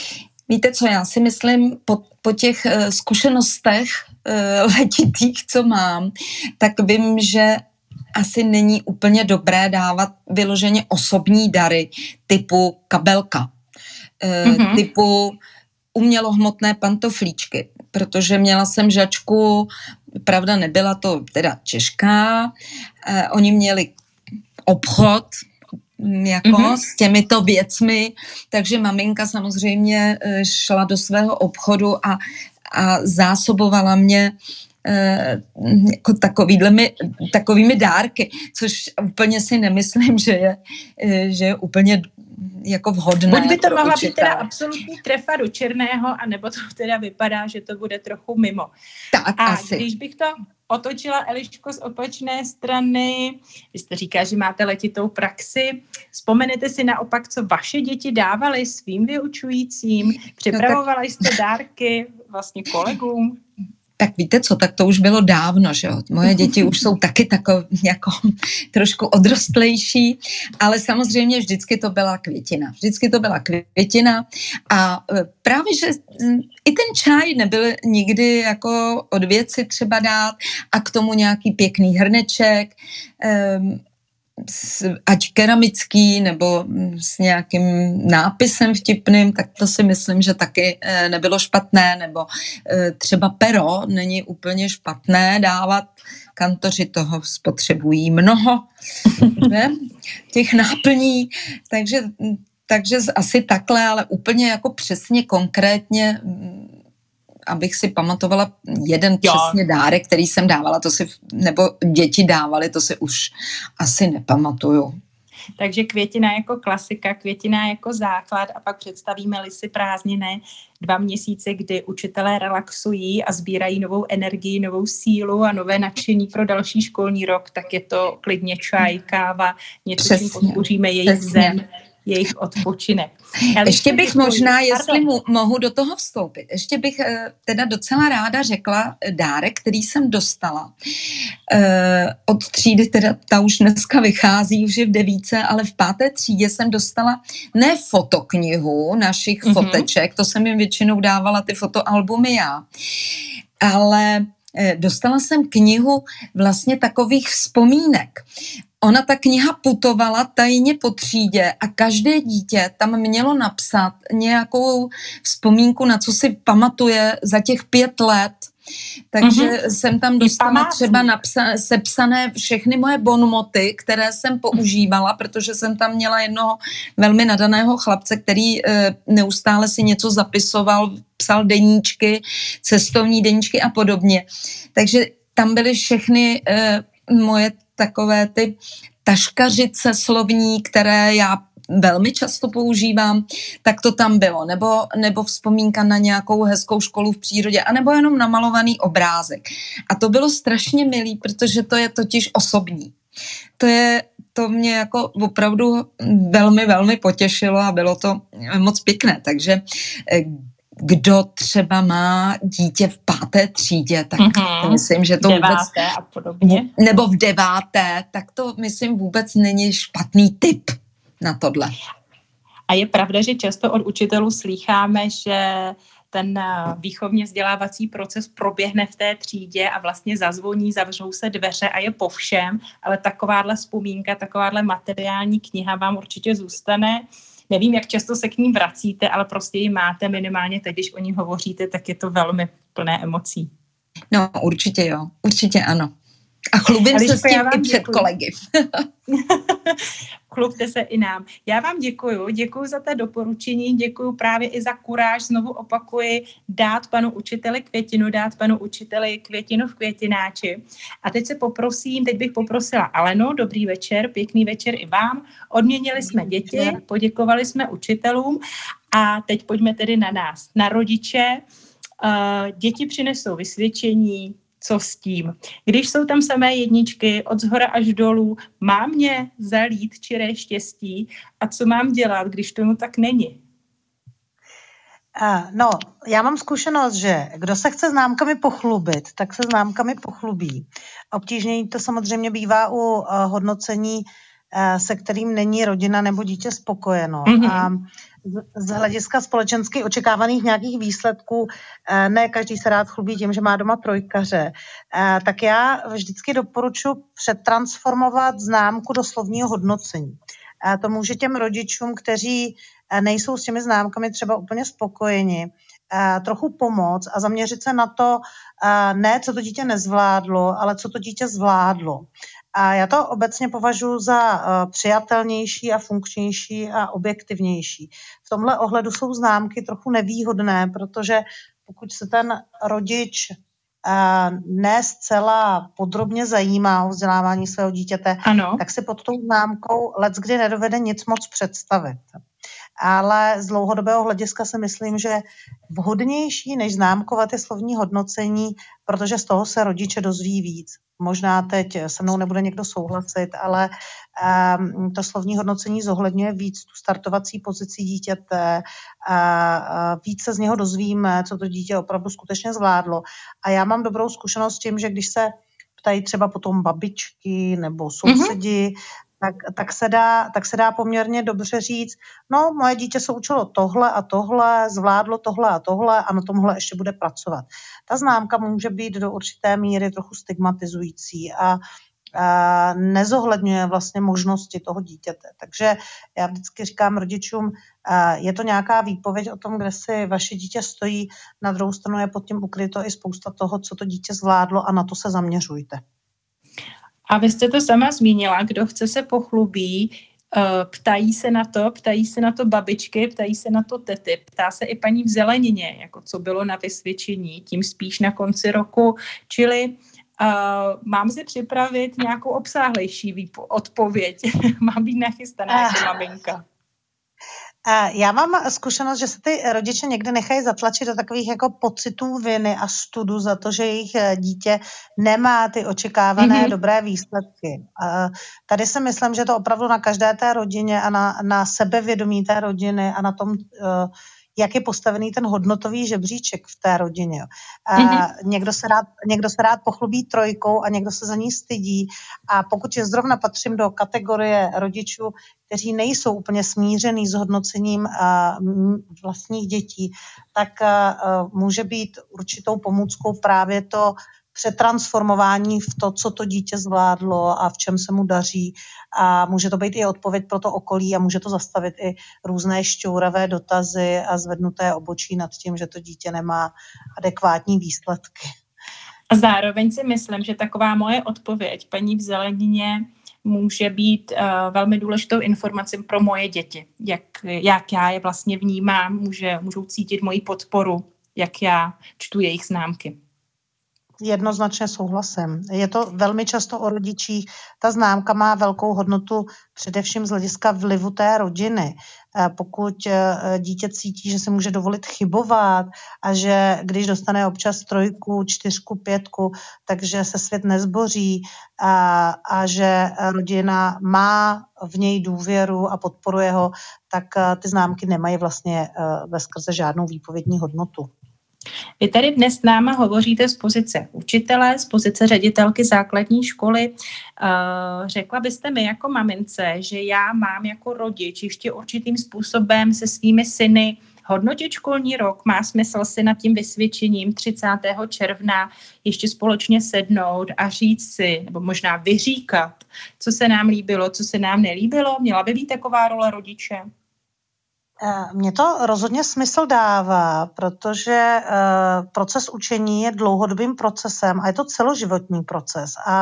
Víte co, já si myslím, po, po těch uh, zkušenostech uh, letitých, co mám, tak vím, že asi není úplně dobré dávat vyloženě osobní dary typu kabelka, uh, mm-hmm. typu umělohmotné pantoflíčky, protože měla jsem žačku, pravda nebyla to teda Češka, eh, oni měli obchod jako mm-hmm. s těmito věcmi, takže maminka samozřejmě eh, šla do svého obchodu a, a zásobovala mě eh, jako takovými, takovými dárky, což úplně si nemyslím, že je, eh, že je úplně jako vhodné. Buď by to mohla být teda absolutní trefa do černého, anebo to teda vypadá, že to bude trochu mimo. Tak a asi. Když bych to otočila, Eliško, z opačné strany, vy jste říká, že máte letitou praxi, vzpomenete si naopak, co vaše děti dávaly svým vyučujícím, připravovali no jste dárky vlastně kolegům? Tak víte co, tak to už bylo dávno, že jo. Moje děti už jsou taky takové jako trošku odrostlejší, ale samozřejmě vždycky to byla květina. Vždycky to byla květina a právě, že i ten čaj nebyl nikdy jako od věci třeba dát a k tomu nějaký pěkný hrneček, ať keramický nebo s nějakým nápisem vtipným, tak to si myslím, že taky nebylo špatné, nebo třeba pero není úplně špatné dávat, kantoři toho spotřebují mnoho, ne? Těch náplní, takže, takže asi takhle, ale úplně jako přesně konkrétně, abych si pamatovala jeden jo. přesně dárek, který jsem dávala, to si, nebo děti dávali, to si už asi nepamatuju. Takže květina jako klasika, květina jako základ a pak představíme-li si prázdniny dva měsíce, kdy učitelé relaxují a sbírají novou energii, novou sílu a nové nadšení pro další školní rok, tak je to klidně čaj, káva, něco, čím podpoříme jejich zem, jejich odpočinek. Ještě bych možná, jestli mu, mohu do toho vstoupit, ještě bych teda docela ráda řekla dárek, který jsem dostala od třídy, teda ta už dneska vychází, už je v devíce, ale v páté třídě jsem dostala ne fotoknihu našich mm-hmm. foteček, to jsem jim většinou dávala ty fotoalbumy já, ale dostala jsem knihu vlastně takových vzpomínek. Ona, ta kniha, putovala tajně po třídě a každé dítě tam mělo napsat nějakou vzpomínku, na co si pamatuje za těch pět let. Takže mm-hmm. jsem tam dostala třeba napsa- sepsané všechny moje bonmoty, které jsem používala, protože jsem tam měla jednoho velmi nadaného chlapce, který e, neustále si něco zapisoval, psal deníčky, cestovní deníčky a podobně. Takže tam byly všechny e, moje takové ty taškařice slovní, které já velmi často používám, tak to tam bylo. Nebo, nebo vzpomínka na nějakou hezkou školu v přírodě, anebo jenom namalovaný obrázek. A to bylo strašně milý, protože to je totiž osobní. To je, to mě jako opravdu velmi, velmi potěšilo a bylo to moc pěkné. Takže kdo třeba má dítě v páté třídě, tak mm-hmm. myslím, že to deváté vůbec... a podobně. Nebo v deváté, tak to myslím vůbec není špatný tip na tohle. A je pravda, že často od učitelů slýcháme, že ten výchovně vzdělávací proces proběhne v té třídě a vlastně zazvoní, zavřou se dveře a je po všem, ale takováhle vzpomínka, takováhle materiální kniha vám určitě zůstane. Nevím, jak často se k ní vracíte, ale prostě ji máte minimálně teď, když o ní hovoříte, tak je to velmi plné emocí. No, určitě jo, určitě ano. A chlubím se s tím i před děkuju. Kolegy. Chlubte se i nám. Já vám děkuju, děkuju za té doporučení, děkuju právě i za kuráž, znovu opakuji, dát panu učiteli květinu, dát panu učiteli květinu v květináči. A teď se poprosím, teď bych poprosila Alenu, dobrý večer, pěkný večer i vám. Odměnili jsme děti, poděkovali jsme učitelům a teď pojďme tedy na nás, na rodiče. Děti přinesou vysvědčení, co s tím. Když jsou tam samé jedničky od zhora až dolů, má mě zalít čiré štěstí a co mám dělat, když tomu tak není? No, já mám zkušenost, že kdo se chce známkami pochlubit, tak se známkami pochlubí. Obtížněji to samozřejmě bývá u hodnocení, se kterým není rodina nebo dítě spokojeno. Mm-hmm. A z hlediska společensky očekávaných nějakých výsledků, ne každý se rád chlubí tím, že má doma trojkaře, tak já vždycky doporučuji přetransformovat známku do slovního hodnocení. To může těm rodičům, kteří nejsou s těmi známkami třeba úplně spokojeni, trochu pomoct a zaměřit se na to, ne co to dítě nezvládlo, ale co to dítě zvládlo. A já to obecně považuji za přijatelnější a funkčnější a objektivnější. V tomhle ohledu jsou známky trochu nevýhodné, protože pokud se ten rodič ne zcela podrobně zajímá o vzdělávání svého dítěte, ano. tak si pod tou známkou leckdy nedovede nic moc představit. Ale z dlouhodobého hlediska si myslím, že vhodnější než známkovat je slovní hodnocení, protože z toho se rodiče dozví víc. Možná teď se mnou nebude někdo souhlasit, ale um, to slovní hodnocení zohledňuje víc tu startovací pozici dítěte, a, uh, víc se z něho dozvíme, co to dítě opravdu skutečně zvládlo. A já mám dobrou zkušenost s tím, že když se ptají třeba potom babičky nebo sousedi, mm-hmm. Tak, tak, se dá, tak se dá poměrně dobře říct, no moje dítě se učilo tohle a tohle, zvládlo tohle a tohle a na tomhle ještě bude pracovat. Ta známka může být do určité míry trochu stigmatizující a, a nezohledňuje vlastně možnosti toho dítěte. Takže já vždycky říkám rodičům, je to nějaká výpověď o tom, kde si vaše dítě stojí, na druhou stranu je pod tím ukryto i spousta toho, co to dítě zvládlo a na to se zaměřujte. A vy jste to sama zmínila, kdo chce se pochlubí, ptají se na to, ptají se na to babičky, ptají se na to tety, ptá se i paní v zelenině, jako co bylo na vysvědčení, tím spíš na konci roku, čili uh, mám si připravit nějakou obsáhlejší výpo- odpověď, mám být nachystaná jako maminka. Já mám zkušenost, že se ty rodiče někdy nechají zatlačit do takových jako pocitů viny a studu za to, že jejich dítě nemá ty očekávané mm-hmm. dobré výsledky. Tady si myslím, že to opravdu na každé té rodině a na, na sebevědomí té rodiny a na tom, jak je postavený ten hodnotový žebříček v té rodině. Mm-hmm. Někdo se rád, někdo se rád pochlubí trojkou a někdo se za ní stydí. A pokud je zrovna patřím do kategorie rodičů, kteří nejsou úplně smířený s hodnocením vlastních dětí, tak může být určitou pomůckou právě to přetransformování v to, co to dítě zvládlo a v čem se mu daří. A může to být i odpověď pro to okolí a může to zastavit i různé šťouravé dotazy a zvednuté obočí nad tím, že to dítě nemá adekvátní výsledky. A zároveň si myslím, že taková moje odpověď, paní v zelenině, může být uh, velmi důležitou informací pro moje děti. Jak, jak já je vlastně vnímám, může, můžou cítit moji podporu, jak já čtu jejich známky. Jednoznačně souhlasím. Je to velmi často o rodičích. Ta známka má velkou hodnotu především z hlediska vlivu té rodiny. Pokud dítě cítí, že si může dovolit chybovat a že když dostane občas trojku, čtyřku, pětku, takže se svět nezboří a, a že rodina má v něj důvěru a podporuje ho, tak ty známky nemají vlastně veskrze žádnou výpovědní hodnotu. Vy tady dnes s náma hovoříte z pozice učitele, z pozice ředitelky základní školy. Řekla byste mi jako mamince, že já mám jako rodič ještě určitým způsobem se svými syny hodnotit školní rok, má smysl si nad tím vysvědčením třicátého června ještě společně sednout a říct si, nebo možná vyříkat, co se nám líbilo, co se nám nelíbilo. Měla by být taková role rodiče? Mně to rozhodně smysl dává, protože proces učení je dlouhodobým procesem a je to celoživotní proces a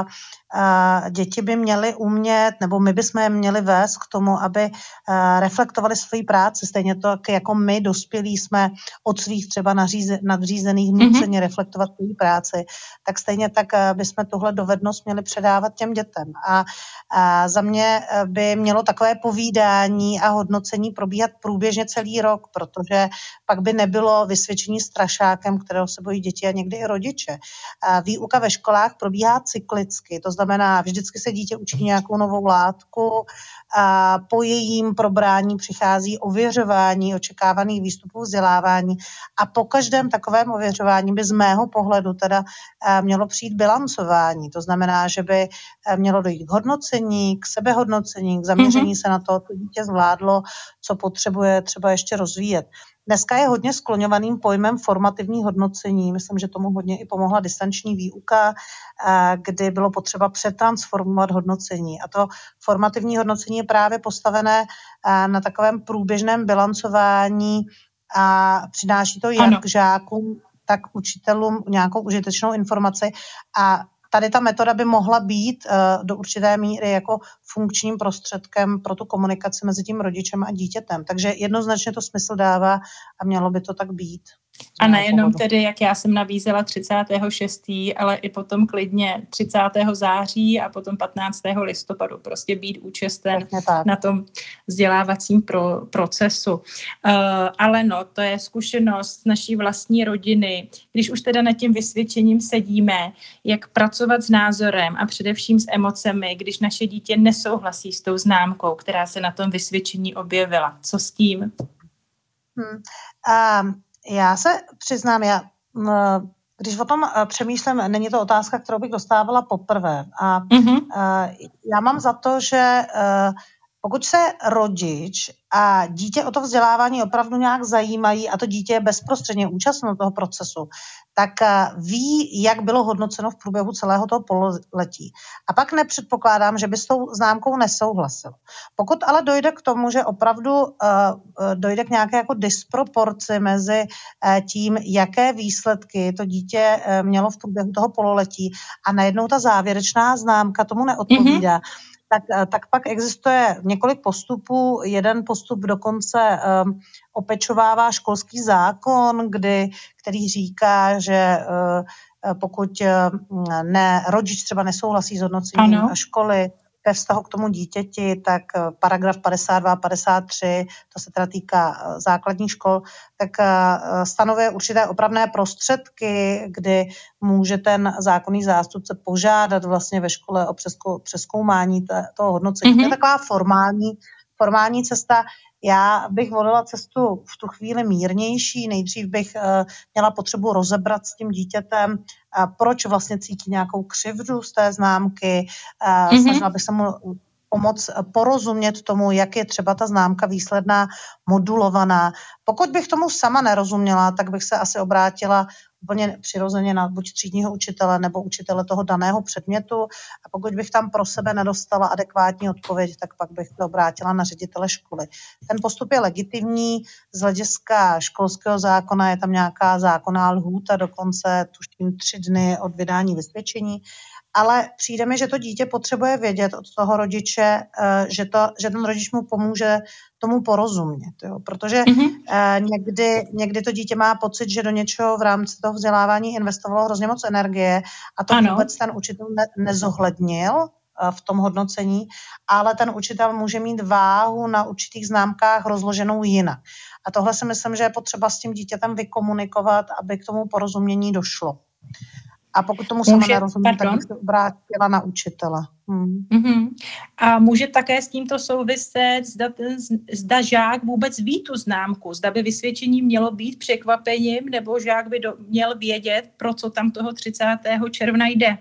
děti by měly umět, nebo my bychom je měli vést k tomu, aby reflektovali svoji práci, stejně to, jako my dospělí jsme od svých třeba nadřízených nuceni mm-hmm. reflektovat svoji práci, tak stejně tak bychom tuhle dovednost měli předávat těm dětem. A, a za mě by mělo takové povídání a hodnocení probíhat průběžně celý rok, protože pak by nebylo vysvědčení strašákem, kterého se bojí děti a někdy i rodiče. A výuka ve školách probíhá cyklicky, to znamená, vždycky se dítě učí nějakou novou látku a po jejím probrání přichází ověřování očekávaných výstupů vzdělávání a po každém takovém ověřování by z mého pohledu teda mělo přijít bilancování. To znamená, že by mělo dojít k hodnocení, k sebehodnocení, k zaměření mm-hmm. se na to, co dítě zvládlo, co potřebuje třeba ještě rozvíjet. Dneska je hodně skloňovaným pojmem formativní hodnocení. Myslím, že tomu hodně i pomohla distanční výuka, kdy bylo potřeba přetransformovat hodnocení. A to formativní hodnocení je právě postavené na takovém průběžném bilancování a přináší to jak ano. k žákům, tak učitelům nějakou užitečnou informaci a tady ta metoda by mohla být uh, do určité míry jako funkčním prostředkem pro tu komunikaci mezi tím rodičem a dítětem. Takže jednoznačně to smysl dává a mělo by to tak být. A nejenom tedy, jak já jsem nabízela třicátého šestého ale i potom klidně třicátého září a potom patnáctého listopadu. Prostě být účasten na tom vzdělávacím pro, procesu. Uh, ale no, to je zkušenost naší vlastní rodiny. Když už teda nad tím vysvědčením sedíme, jak pracovat s názorem a především s emocemi, když naše dítě nesouhlasí s tou známkou, která se na tom vysvědčení objevila. Co s tím? Hmm. Um. Já se přiznám, já, když o tom přemýšlím, není to otázka, kterou bych dostávala poprvé. A mm-hmm. já mám za to, že pokud se rodič a dítě o to vzdělávání opravdu nějak zajímají a to dítě je bezprostředně účastno toho procesu, tak ví, jak bylo hodnoceno v průběhu celého toho pololetí. A pak nepředpokládám, že by s tou známkou nesouhlasil. Pokud ale dojde k tomu, že opravdu uh, dojde k nějaké jako disproporci mezi uh, tím, jaké výsledky to dítě uh, mělo v průběhu toho pololetí a najednou ta závěrečná známka tomu neodpovídá, mm-hmm. Tak, tak pak existuje několik postupů. Jeden postup dokonce um, opečovává školský zákon, kdy, který říká, že uh, pokud uh, ne, rodič třeba nesouhlasí s hodnocením školy, ve vztahu k tomu dítěti, tak paragraf padesát dva, padesát tři, to se teda týká základních škol, tak stanovuje určité opravné prostředky, kdy může ten zákonný zástupce požádat vlastně ve škole o přeskou, přezkoumání toho hodnocení. Mm-hmm. To je taková formální, formální cesta. Já bych volila cestu v tu chvíli mírnější. Nejdřív bych uh, měla potřebu rozebrat s tím dítětem, uh, proč vlastně cítí nějakou křivdu z té známky. Uh, mm-hmm. Snažila bych se mu pomoct porozumět tomu, jak je třeba ta známka výsledná modulovaná. Pokud bych tomu sama nerozuměla, tak bych se asi obrátila úplně přirozeně na buď třídního učitele nebo učitele toho daného předmětu. A pokud bych tam pro sebe nedostala adekvátní odpověď, tak pak bych se obrátila na ředitele školy. Ten postup je legitimní. Z hlediska školského zákona je tam nějaká zákonná lhůta, dokonce tuším tři dny od vydání vysvědčení. Ale přijde mi, že to dítě potřebuje vědět od toho rodiče, že, to, že ten rodič mu pomůže tomu porozumět. Jo? Protože mm-hmm. někdy, někdy to dítě má pocit, že do něčeho v rámci toho vzdělávání investovalo hrozně moc energie a to ano. vůbec ten učitel ne, nezohlednil v tom hodnocení, ale ten učitel může mít váhu na určitých známkách rozloženou jinak. A tohle si myslím, že je potřeba s tím dítětem vykomunikovat, aby k tomu porozumění došlo. A pokud tomu sama nerozumím, tak bych se obrátila na učitele. Hmm. Mm-hmm. A může také s tímto souviset, zda, zda žák vůbec ví tu známku, zda by vysvědčení mělo být překvapením, nebo žák by do, měl vědět, pro co tam toho třicátého června jde.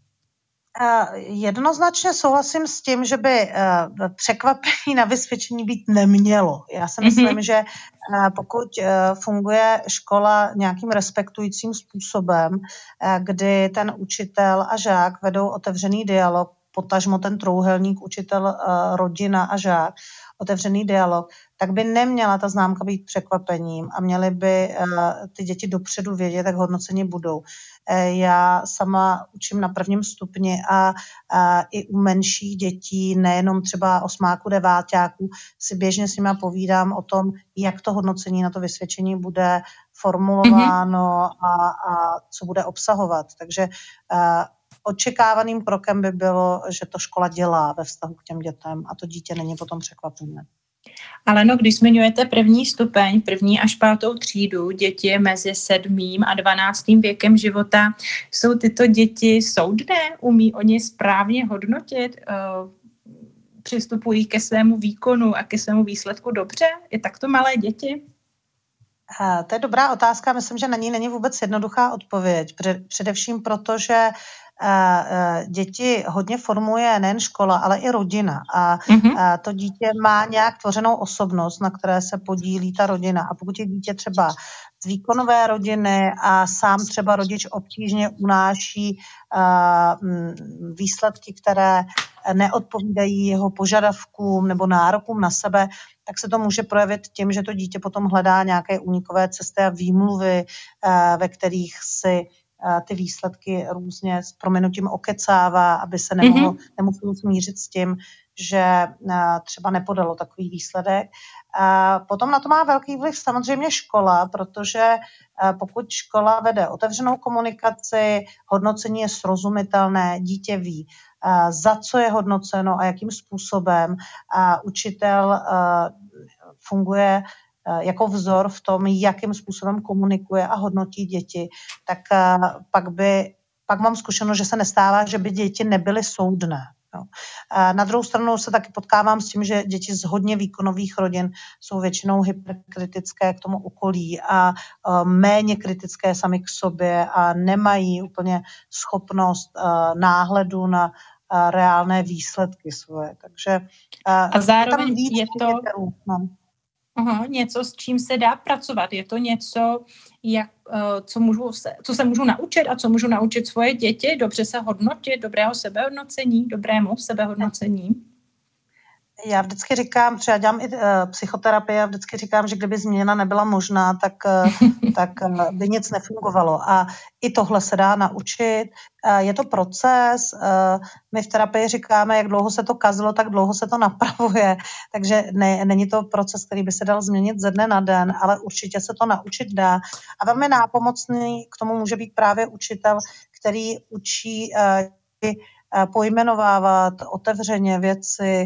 Jednoznačně souhlasím s tím, že by překvapení na vysvědčení být nemělo. Já si myslím, mm-hmm. že pokud funguje škola nějakým respektujícím způsobem, kdy ten učitel a žák vedou otevřený dialog, potažmo ten trouhelník, učitel, rodina a žák, otevřený dialog, tak by neměla ta známka být překvapením a měly by ty děti dopředu vědět, jak hodnocení budou. Já sama učím na prvním stupni a, a i u menších dětí, nejenom třeba osmáků, deváťáků, si běžně s nimi povídám o tom, jak to hodnocení na to vysvědčení bude formulováno mm-hmm. a, a co bude obsahovat. Takže a, očekávaným krokem by bylo, že to škola dělá ve vztahu k těm dětem a to dítě není potom překvapené. Ale no, když zmiňujete první stupeň, první až pátou třídu, děti mezi sedmým a dvanáctým věkem života, jsou tyto děti soudné? Umí oni správně hodnotit? Uh, přistupují ke svému výkonu a ke svému výsledku dobře? I takto malé děti? Uh, to je dobrá otázka. Myslím, že na ní není vůbec jednoduchá odpověď. Především proto, že děti hodně formuje nejen škola, ale i rodina. A mm-hmm. to dítě má nějak tvořenou osobnost, na které se podílí ta rodina. A pokud je dítě třeba z výkonové rodiny a sám třeba rodič obtížně unáší výsledky, které neodpovídají jeho požadavkům nebo nárokům na sebe, tak se to může projevit tím, že to dítě potom hledá nějaké únikové cesty a výmluvy, ve kterých si ty výsledky různě s prominutím okecává, aby se nemohlo, mm-hmm. nemuselo smířit s tím, že třeba nepodalo takový výsledek. Potom na to má velký vliv samozřejmě škola, protože pokud škola vede otevřenou komunikaci, hodnocení je srozumitelné, dítě ví, za co je hodnoceno a jakým způsobem, a učitel funguje jako vzor v tom, jakým způsobem komunikuje a hodnotí děti, tak pak, by, pak mám zkušenost, že se nestává, že by děti nebyly soudné. No. Na druhou stranu se taky potkávám s tím, že děti z hodně výkonových rodin jsou většinou hyperkritické k tomu okolí a méně kritické sami k sobě a nemají úplně schopnost náhledu na reálné výsledky svoje. Takže a zároveň je, je to... No. Aha, něco, s čím se dá pracovat. Je to něco, jak, co, můžu se, co se můžu naučit a co můžu naučit svoje děti, dobře se hodnotit, dobrého sebehodnocení, dobrému sebehodnocení. Já vždycky říkám, třeba dělám i uh, psychoterapii, a vždycky říkám, že kdyby změna nebyla možná, tak, uh, tak uh, by nic nefungovalo. A i tohle se dá naučit. Uh, je to proces. Uh, my v terapii říkáme, jak dlouho se to kazilo, tak dlouho se to napravuje. Takže ne, není to proces, který by se dal změnit ze dne na den, ale určitě se to naučit dá. A velmi nápomocný k tomu může být právě učitel, který učí uh, pojmenovávat otevřeně věci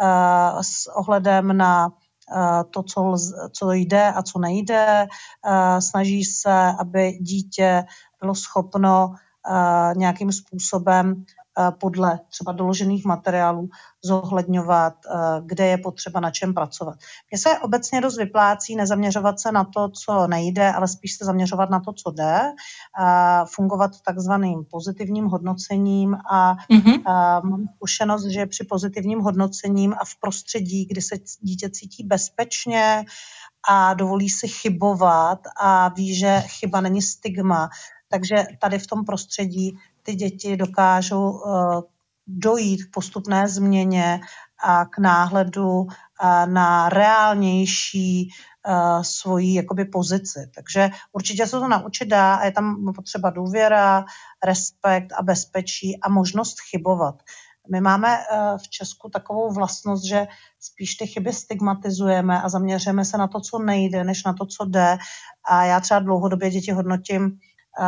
s ohledem na to, co, lze, co jde a co nejde. Snaží se, aby dítě bylo schopno nějakým způsobem podle třeba doložených materiálů zohledňovat, kde je potřeba na čem pracovat. Mně se obecně dost vyplácí nezaměřovat se na to, co nejde, ale spíš se zaměřovat na to, co jde, fungovat takzvaným pozitivním hodnocením a mm-hmm. mám zkušenost, že při pozitivním hodnocením a v prostředí, kdy se dítě cítí bezpečně a dovolí si chybovat a ví, že chyba není stigma, takže tady v tom prostředí ty děti dokážou uh, dojít k postupné změně a k náhledu uh, na reálnější uh, svoji jakoby pozici. Takže určitě se to naučit dá a je tam potřeba důvěra, respekt a bezpečí a možnost chybovat. My máme uh, v Česku takovou vlastnost, že spíš ty chyby stigmatizujeme a zaměřujeme se na to, co nejde, než na to, co jde. A já třeba dlouhodobě děti hodnotím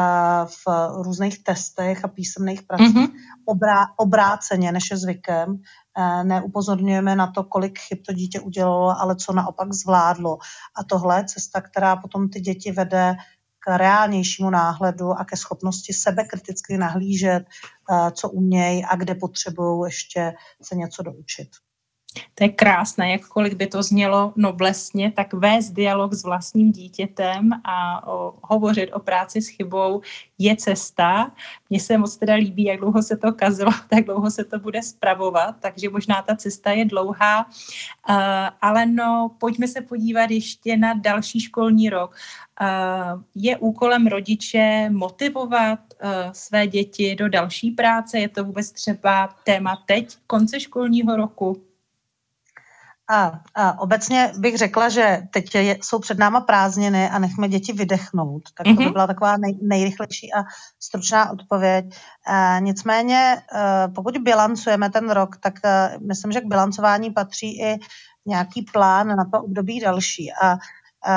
v různých testech a písemných pracích mm-hmm. obrá, obráceně, než je zvykem. Neupozorňujeme na to, kolik chyb to dítě udělalo, ale co naopak zvládlo. A tohle je cesta, která potom ty děti vede k reálnějšímu náhledu a ke schopnosti sebekriticky nahlížet, co umějí a kde potřebují ještě se něco doučit. To je krásné, jakkoliv by to znělo noblesně, tak vést dialog s vlastním dítětem a o, hovořit o práci s chybou je cesta. Mně se moc teda líbí, jak dlouho se to kazilo, tak dlouho se to bude spravovat, takže možná ta cesta je dlouhá. Uh, ale no, pojďme se podívat ještě na další školní rok. Uh, je úkolem rodiče motivovat uh, své děti do další práce? Je to vůbec třeba téma teď, konce školního roku? A, a obecně bych řekla, že teď je, jsou před náma prázdniny a nechme děti vydechnout. Tak to by byla taková nej, nejrychlejší a stručná odpověď. E, nicméně, e, pokud bilancujeme ten rok, tak e, myslím, že k bilancování patří i nějaký plán na to období další. A e,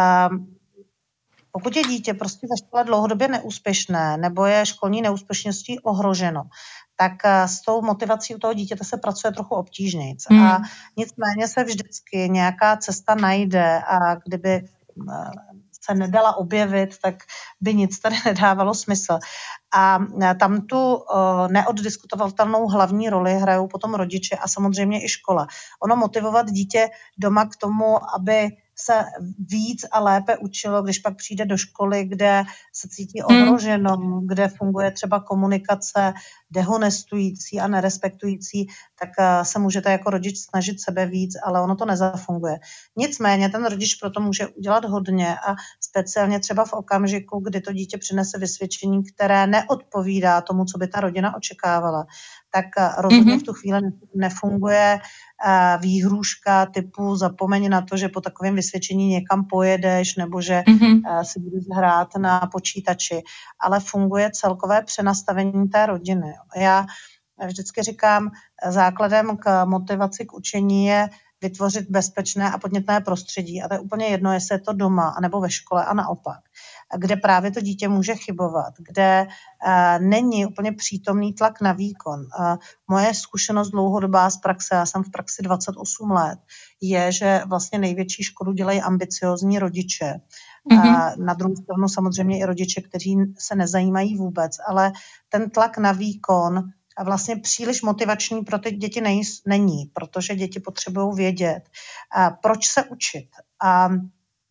pokud je dítě prostě ve škole dlouhodobě neúspěšné nebo je školní neúspěšností ohroženo, tak s tou motivací u toho dítěte se pracuje trochu obtížnějc. Mm. A nicméně se vždycky nějaká cesta najde a kdyby se nedala objevit, tak by nic tady nedávalo smysl. A tam tu neoddiskutovatelnou hlavní roli hrajou potom rodiče a samozřejmě i škola. Ono motivovat dítě doma k tomu, aby se víc a lépe učilo, když pak přijde do školy, kde se cítí ohroženo, hmm. kde funguje třeba komunikace dehonestující a nerespektující, tak se můžete jako rodič snažit sebe víc, ale ono to nezafunguje. Nicméně ten rodič proto může udělat hodně a speciálně třeba v okamžiku, kdy to dítě přinese vysvědčení, které neodpovídá tomu, co by ta rodina očekávala, tak rozhodně mm-hmm. v tu chvíli nefunguje výhrůžka typu zapomeň na to, že po takovém vysvědčení někam pojedeš nebo že mm-hmm. si budeš hrát na počítači, ale funguje celkové přenastavení té rodiny. Já vždycky říkám, základem k motivaci k učení je vytvořit bezpečné a podnětné prostředí. A to je úplně jedno, jestli je to doma anebo ve škole a naopak. Kde právě to dítě může chybovat, kde uh, není úplně přítomný tlak na výkon. Uh, moje zkušenost dlouhodobá z praxe, já jsem v praxi dvacet osm let, je, že vlastně největší škodu dělají ambiciozní rodiče. Mm-hmm. Uh, na druhou stranu samozřejmě i rodiče, kteří se nezajímají vůbec, ale ten tlak na výkon a vlastně příliš motivační pro ty děti nej, není, protože děti potřebují vědět, uh, proč se učit. A uh,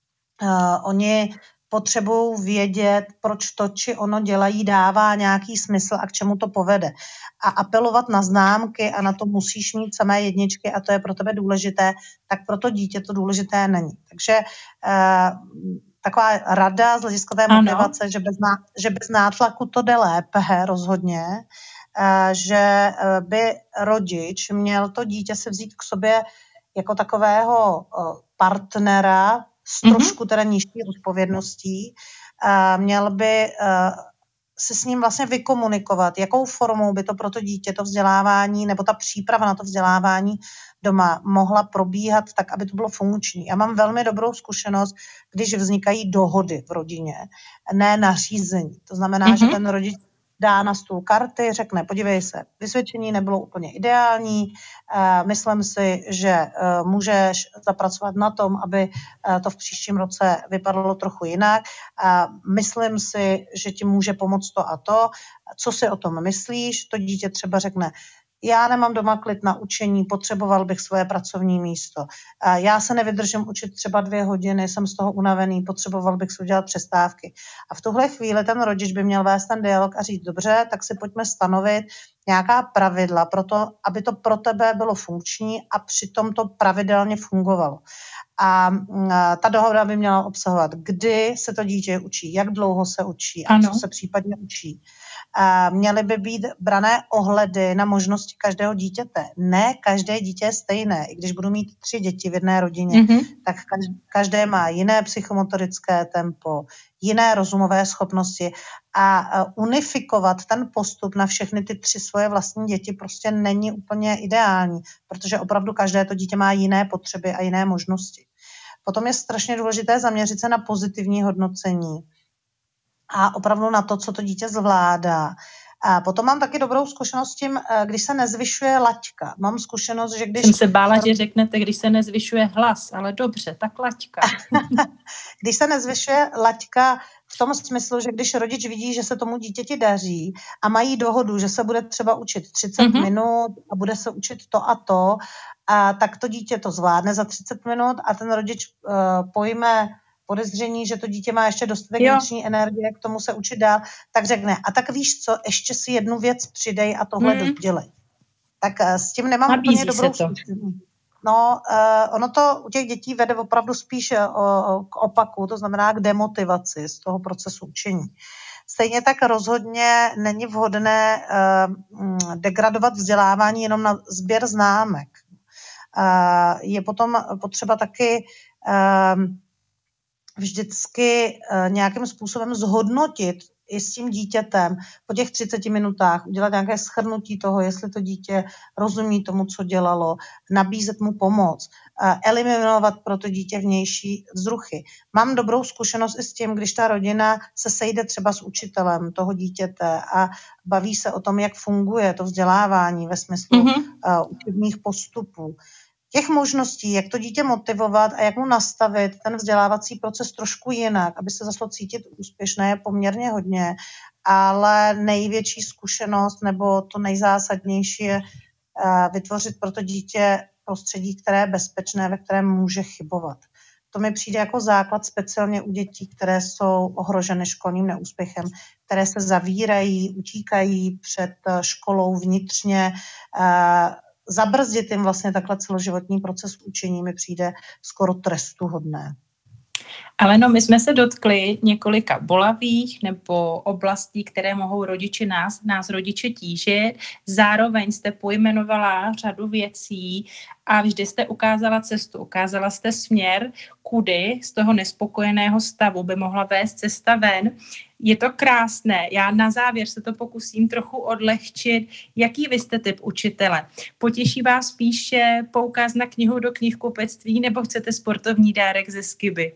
oni potřebují vědět, proč to, či ono dělají, dává nějaký smysl a k čemu to povede. A apelovat na známky a na to musíš mít samé jedničky a to je pro tebe důležité, tak pro to dítě to důležité není. Takže uh, taková rada z hlediska té motivace, že bez, ná, že bez nátlaku to jde lépe rozhodně, uh, že by rodič měl to dítě se vzít k sobě jako takového uh, partnera, s trošku teda nižší odpovědností, uh, měl by uh, se s ním vlastně vykomunikovat, jakou formou by to pro to dítě, to vzdělávání nebo ta příprava na to vzdělávání doma mohla probíhat tak, aby to bylo funkční. Já mám velmi dobrou zkušenost, když vznikají dohody v rodině, ne nařízení. To znamená, mm-hmm. že ten rodič dá na stůl karty, řekne, podívej se, vysvědčení nebylo úplně ideální, myslím si, že můžeš zapracovat na tom, aby to v příštím roce vypadalo trochu jinak. Myslím si, že ti může pomoct to a to. Co si o tom myslíš? To dítě třeba řekne, já nemám doma klid na učení, potřeboval bych svoje pracovní místo. Já se nevydržím učit třeba dvě hodiny, jsem z toho unavený, potřeboval bych si udělat přestávky. A v tuhle chvíli ten rodič by měl vést ten dialog a říct, dobře, tak si pojďme stanovit nějaká pravidla pro to, aby to pro tebe bylo funkční a přitom to pravidelně fungovalo. A ta dohoda by měla obsahovat, kdy se to dítě učí, jak dlouho se učí a ano. co se případně učí. A měly by být brané ohledy na možnosti každého dítěte. Ne každé dítě je stejné. I když budu mít tři děti v jedné rodině, mm-hmm. tak každé má jiné psychomotorické tempo, jiné rozumové schopnosti a unifikovat ten postup na všechny ty tři svoje vlastní děti prostě není úplně ideální, protože opravdu každé to dítě má jiné potřeby a jiné možnosti. Potom je strašně důležité zaměřit se na pozitivní hodnocení a opravdu na to, co to dítě zvládá. A potom mám taky dobrou zkušenost s tím, když se nezvyšuje laťka. Mám zkušenost, že když... Jsem se bála, že řeknete, když se nezvyšuje hlas, ale dobře, tak laťka. Když se nezvyšuje laťka v tom smyslu, že když rodič vidí, že se tomu dítěti daří a mají dohodu, že se bude třeba učit třicet mm-hmm. minut a bude se učit to a to, a tak to dítě to zvládne za třicet minut a ten rodič uh, pojme podezření, že to dítě má ještě dostatek vnitřní energie k tomu se učit dál, tak řekne, a tak víš co, ještě si jednu věc přidej a tohle mm. dodělej. Tak uh, s tím nemám Nabízí úplně dobrou zkušenost. No, uh, ono to u těch dětí vede opravdu spíš uh, k opaku, to znamená k demotivaci z toho procesu učení. Stejně tak rozhodně není vhodné uh, degradovat vzdělávání jenom na sběr známek. Uh, je potom potřeba taky uh, vždycky uh, nějakým způsobem zhodnotit i s tím dítětem po těch třiceti minutách, udělat nějaké shrnutí toho, jestli to dítě rozumí tomu, co dělalo, nabízet mu pomoc, eliminovat pro to dítě vnější vzruchy. Mám dobrou zkušenost i s tím, když ta rodina se sejde třeba s učitelem toho dítěte a baví se o tom, jak funguje to vzdělávání ve smyslu mm-hmm. uh, učebních postupů. Těch možností, jak to dítě motivovat a jak mu nastavit ten vzdělávací proces trošku jinak, aby se zašlo cítit úspěšné, je poměrně hodně, ale největší zkušenost nebo to nejzásadnější je vytvořit pro to dítě prostředí, které je bezpečné, ve kterém může chybovat. To mi přijde jako základ speciálně u dětí, které jsou ohroženy školním neúspěchem, které se zavírají, utíkají před školou vnitřně. Zabrzdit jim vlastně takhle celoživotní proces učení mi přijde skoro trestuhodné. Ale no, my jsme se dotkli několika bolavých nebo oblastí, které mohou rodiči nás, nás rodiče tížit. Zároveň jste pojmenovala řadu věcí a vždy jste ukázala cestu, ukázala jste směr, kudy z toho nespokojeného stavu by mohla vést cesta ven. Je to krásné. Já na závěr se to pokusím trochu odlehčit. Jaký vy jste typ učitele? Potěší vás spíše poukaz na knihu do knihkupectví nebo chcete sportovní dárek ze Skiby?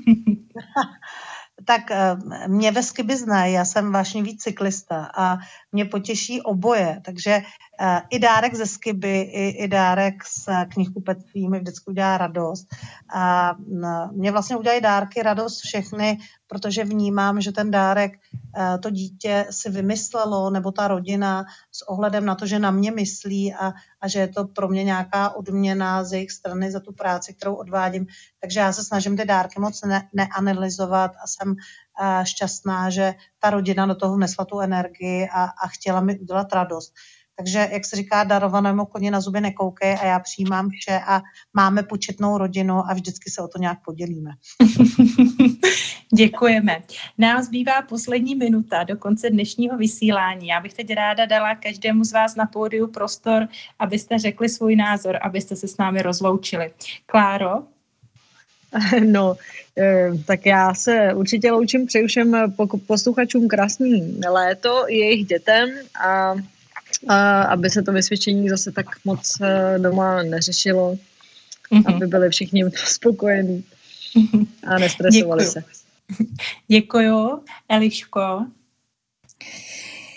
Tak mě ve Skiby znají, já jsem vášnivý cyklista a mě potěší oboje, takže i dárek ze Skiby, i, i dárek z knihkupectví mi vždycky udělá radost. A mě vlastně udělají dárky radost všechny, protože vnímám, že ten dárek to dítě si vymyslelo, nebo ta rodina s ohledem na to, že na mě myslí a, a že je to pro mě nějaká odměna z jejich strany za tu práci, kterou odvádím. Takže já se snažím ty dárky moc ne, neanalyzovat a jsem uh, šťastná, že ta rodina do toho vnesla tu energii a, a chtěla mi udělat radost. Takže, jak se říká, darovanému koni na zuby nekoukej a já přijímám vše a máme početnou rodinu a vždycky se o to nějak podělíme. Děkujeme. Nám zbývá poslední minuta do konce dnešního vysílání. Já bych teď ráda dala každému z vás na pódiu prostor, abyste řekli svůj názor, abyste se s námi rozloučili. Kláro? No, tak já se určitě loučím, přeju všem posluchačům krásný léto i jejich dětem a A aby se to vysvědčení zase tak moc doma neřešilo, mm-hmm. aby byli všichni spokojení a nestresovali Děkuju. se. Děkuju. Eliško?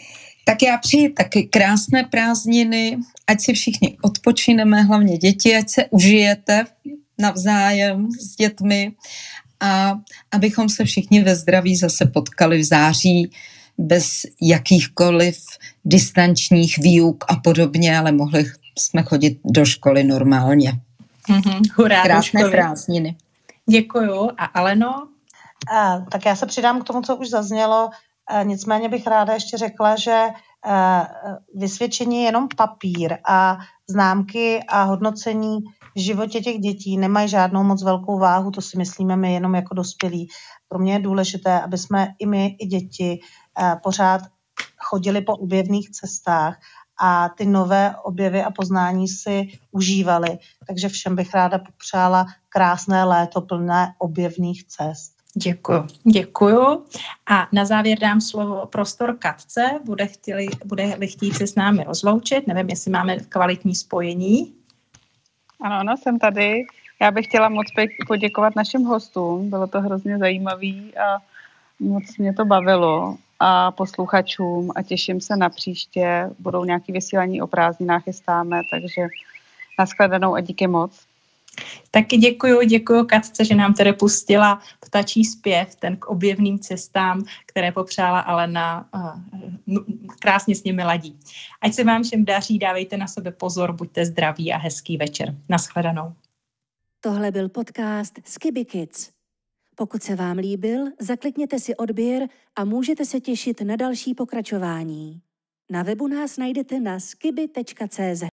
Tak já přeji taky krásné prázdniny, ať si všichni odpočineme, hlavně děti, ať se užijete navzájem s dětmi a abychom se všichni ve zdraví zase potkali v září bez jakýchkoliv distančních výuk a podobně, ale mohli jsme chodit do školy normálně. Mm-hmm, hurá, krásné prázdniny. Děkuju. A Aleno? A, tak já se přidám k tomu, co už zaznělo. A, nicméně bych ráda ještě řekla, že a, vysvědčení je jenom papír a známky a hodnocení v životě těch dětí nemají žádnou moc velkou váhu, to si myslíme my jenom jako dospělí. Pro mě je důležité, aby jsme i my, i děti a, pořád chodili po objevných cestách a ty nové objevy a poznání si užívali. Takže všem bych ráda popřála krásné léto plné objevných cest. Děkuju, děkuju. A na závěr dám slovo prostor Katce. Bude chtěli, bude-li chtít se s námi rozloučit. Nevím, jestli máme kvalitní spojení. Ano, ano, jsem tady. Já bych chtěla moc poděkovat našim hostům. Bylo to hrozně zajímavý a moc mě to bavilo. A posluchačům a těším se na příště. Budou nějaké vysílání o prázdninách, chystáme, takže nashledanou a díky moc. Taky děkuju, děkuju Katce, že nám tedy pustila ptačí zpěv, ten k objevným cestám, které popřála Alena. Krásně s nimi ladí. Ať se vám všem daří, dávejte na sebe pozor, buďte zdraví a hezký večer. Nashledanou. Tohle byl podcast Skibi Kids. Pokud se vám líbil, zaklikněte si odběr a můžete se těšit na další pokračování. Na webu nás najdete na skibi tečka cé zet.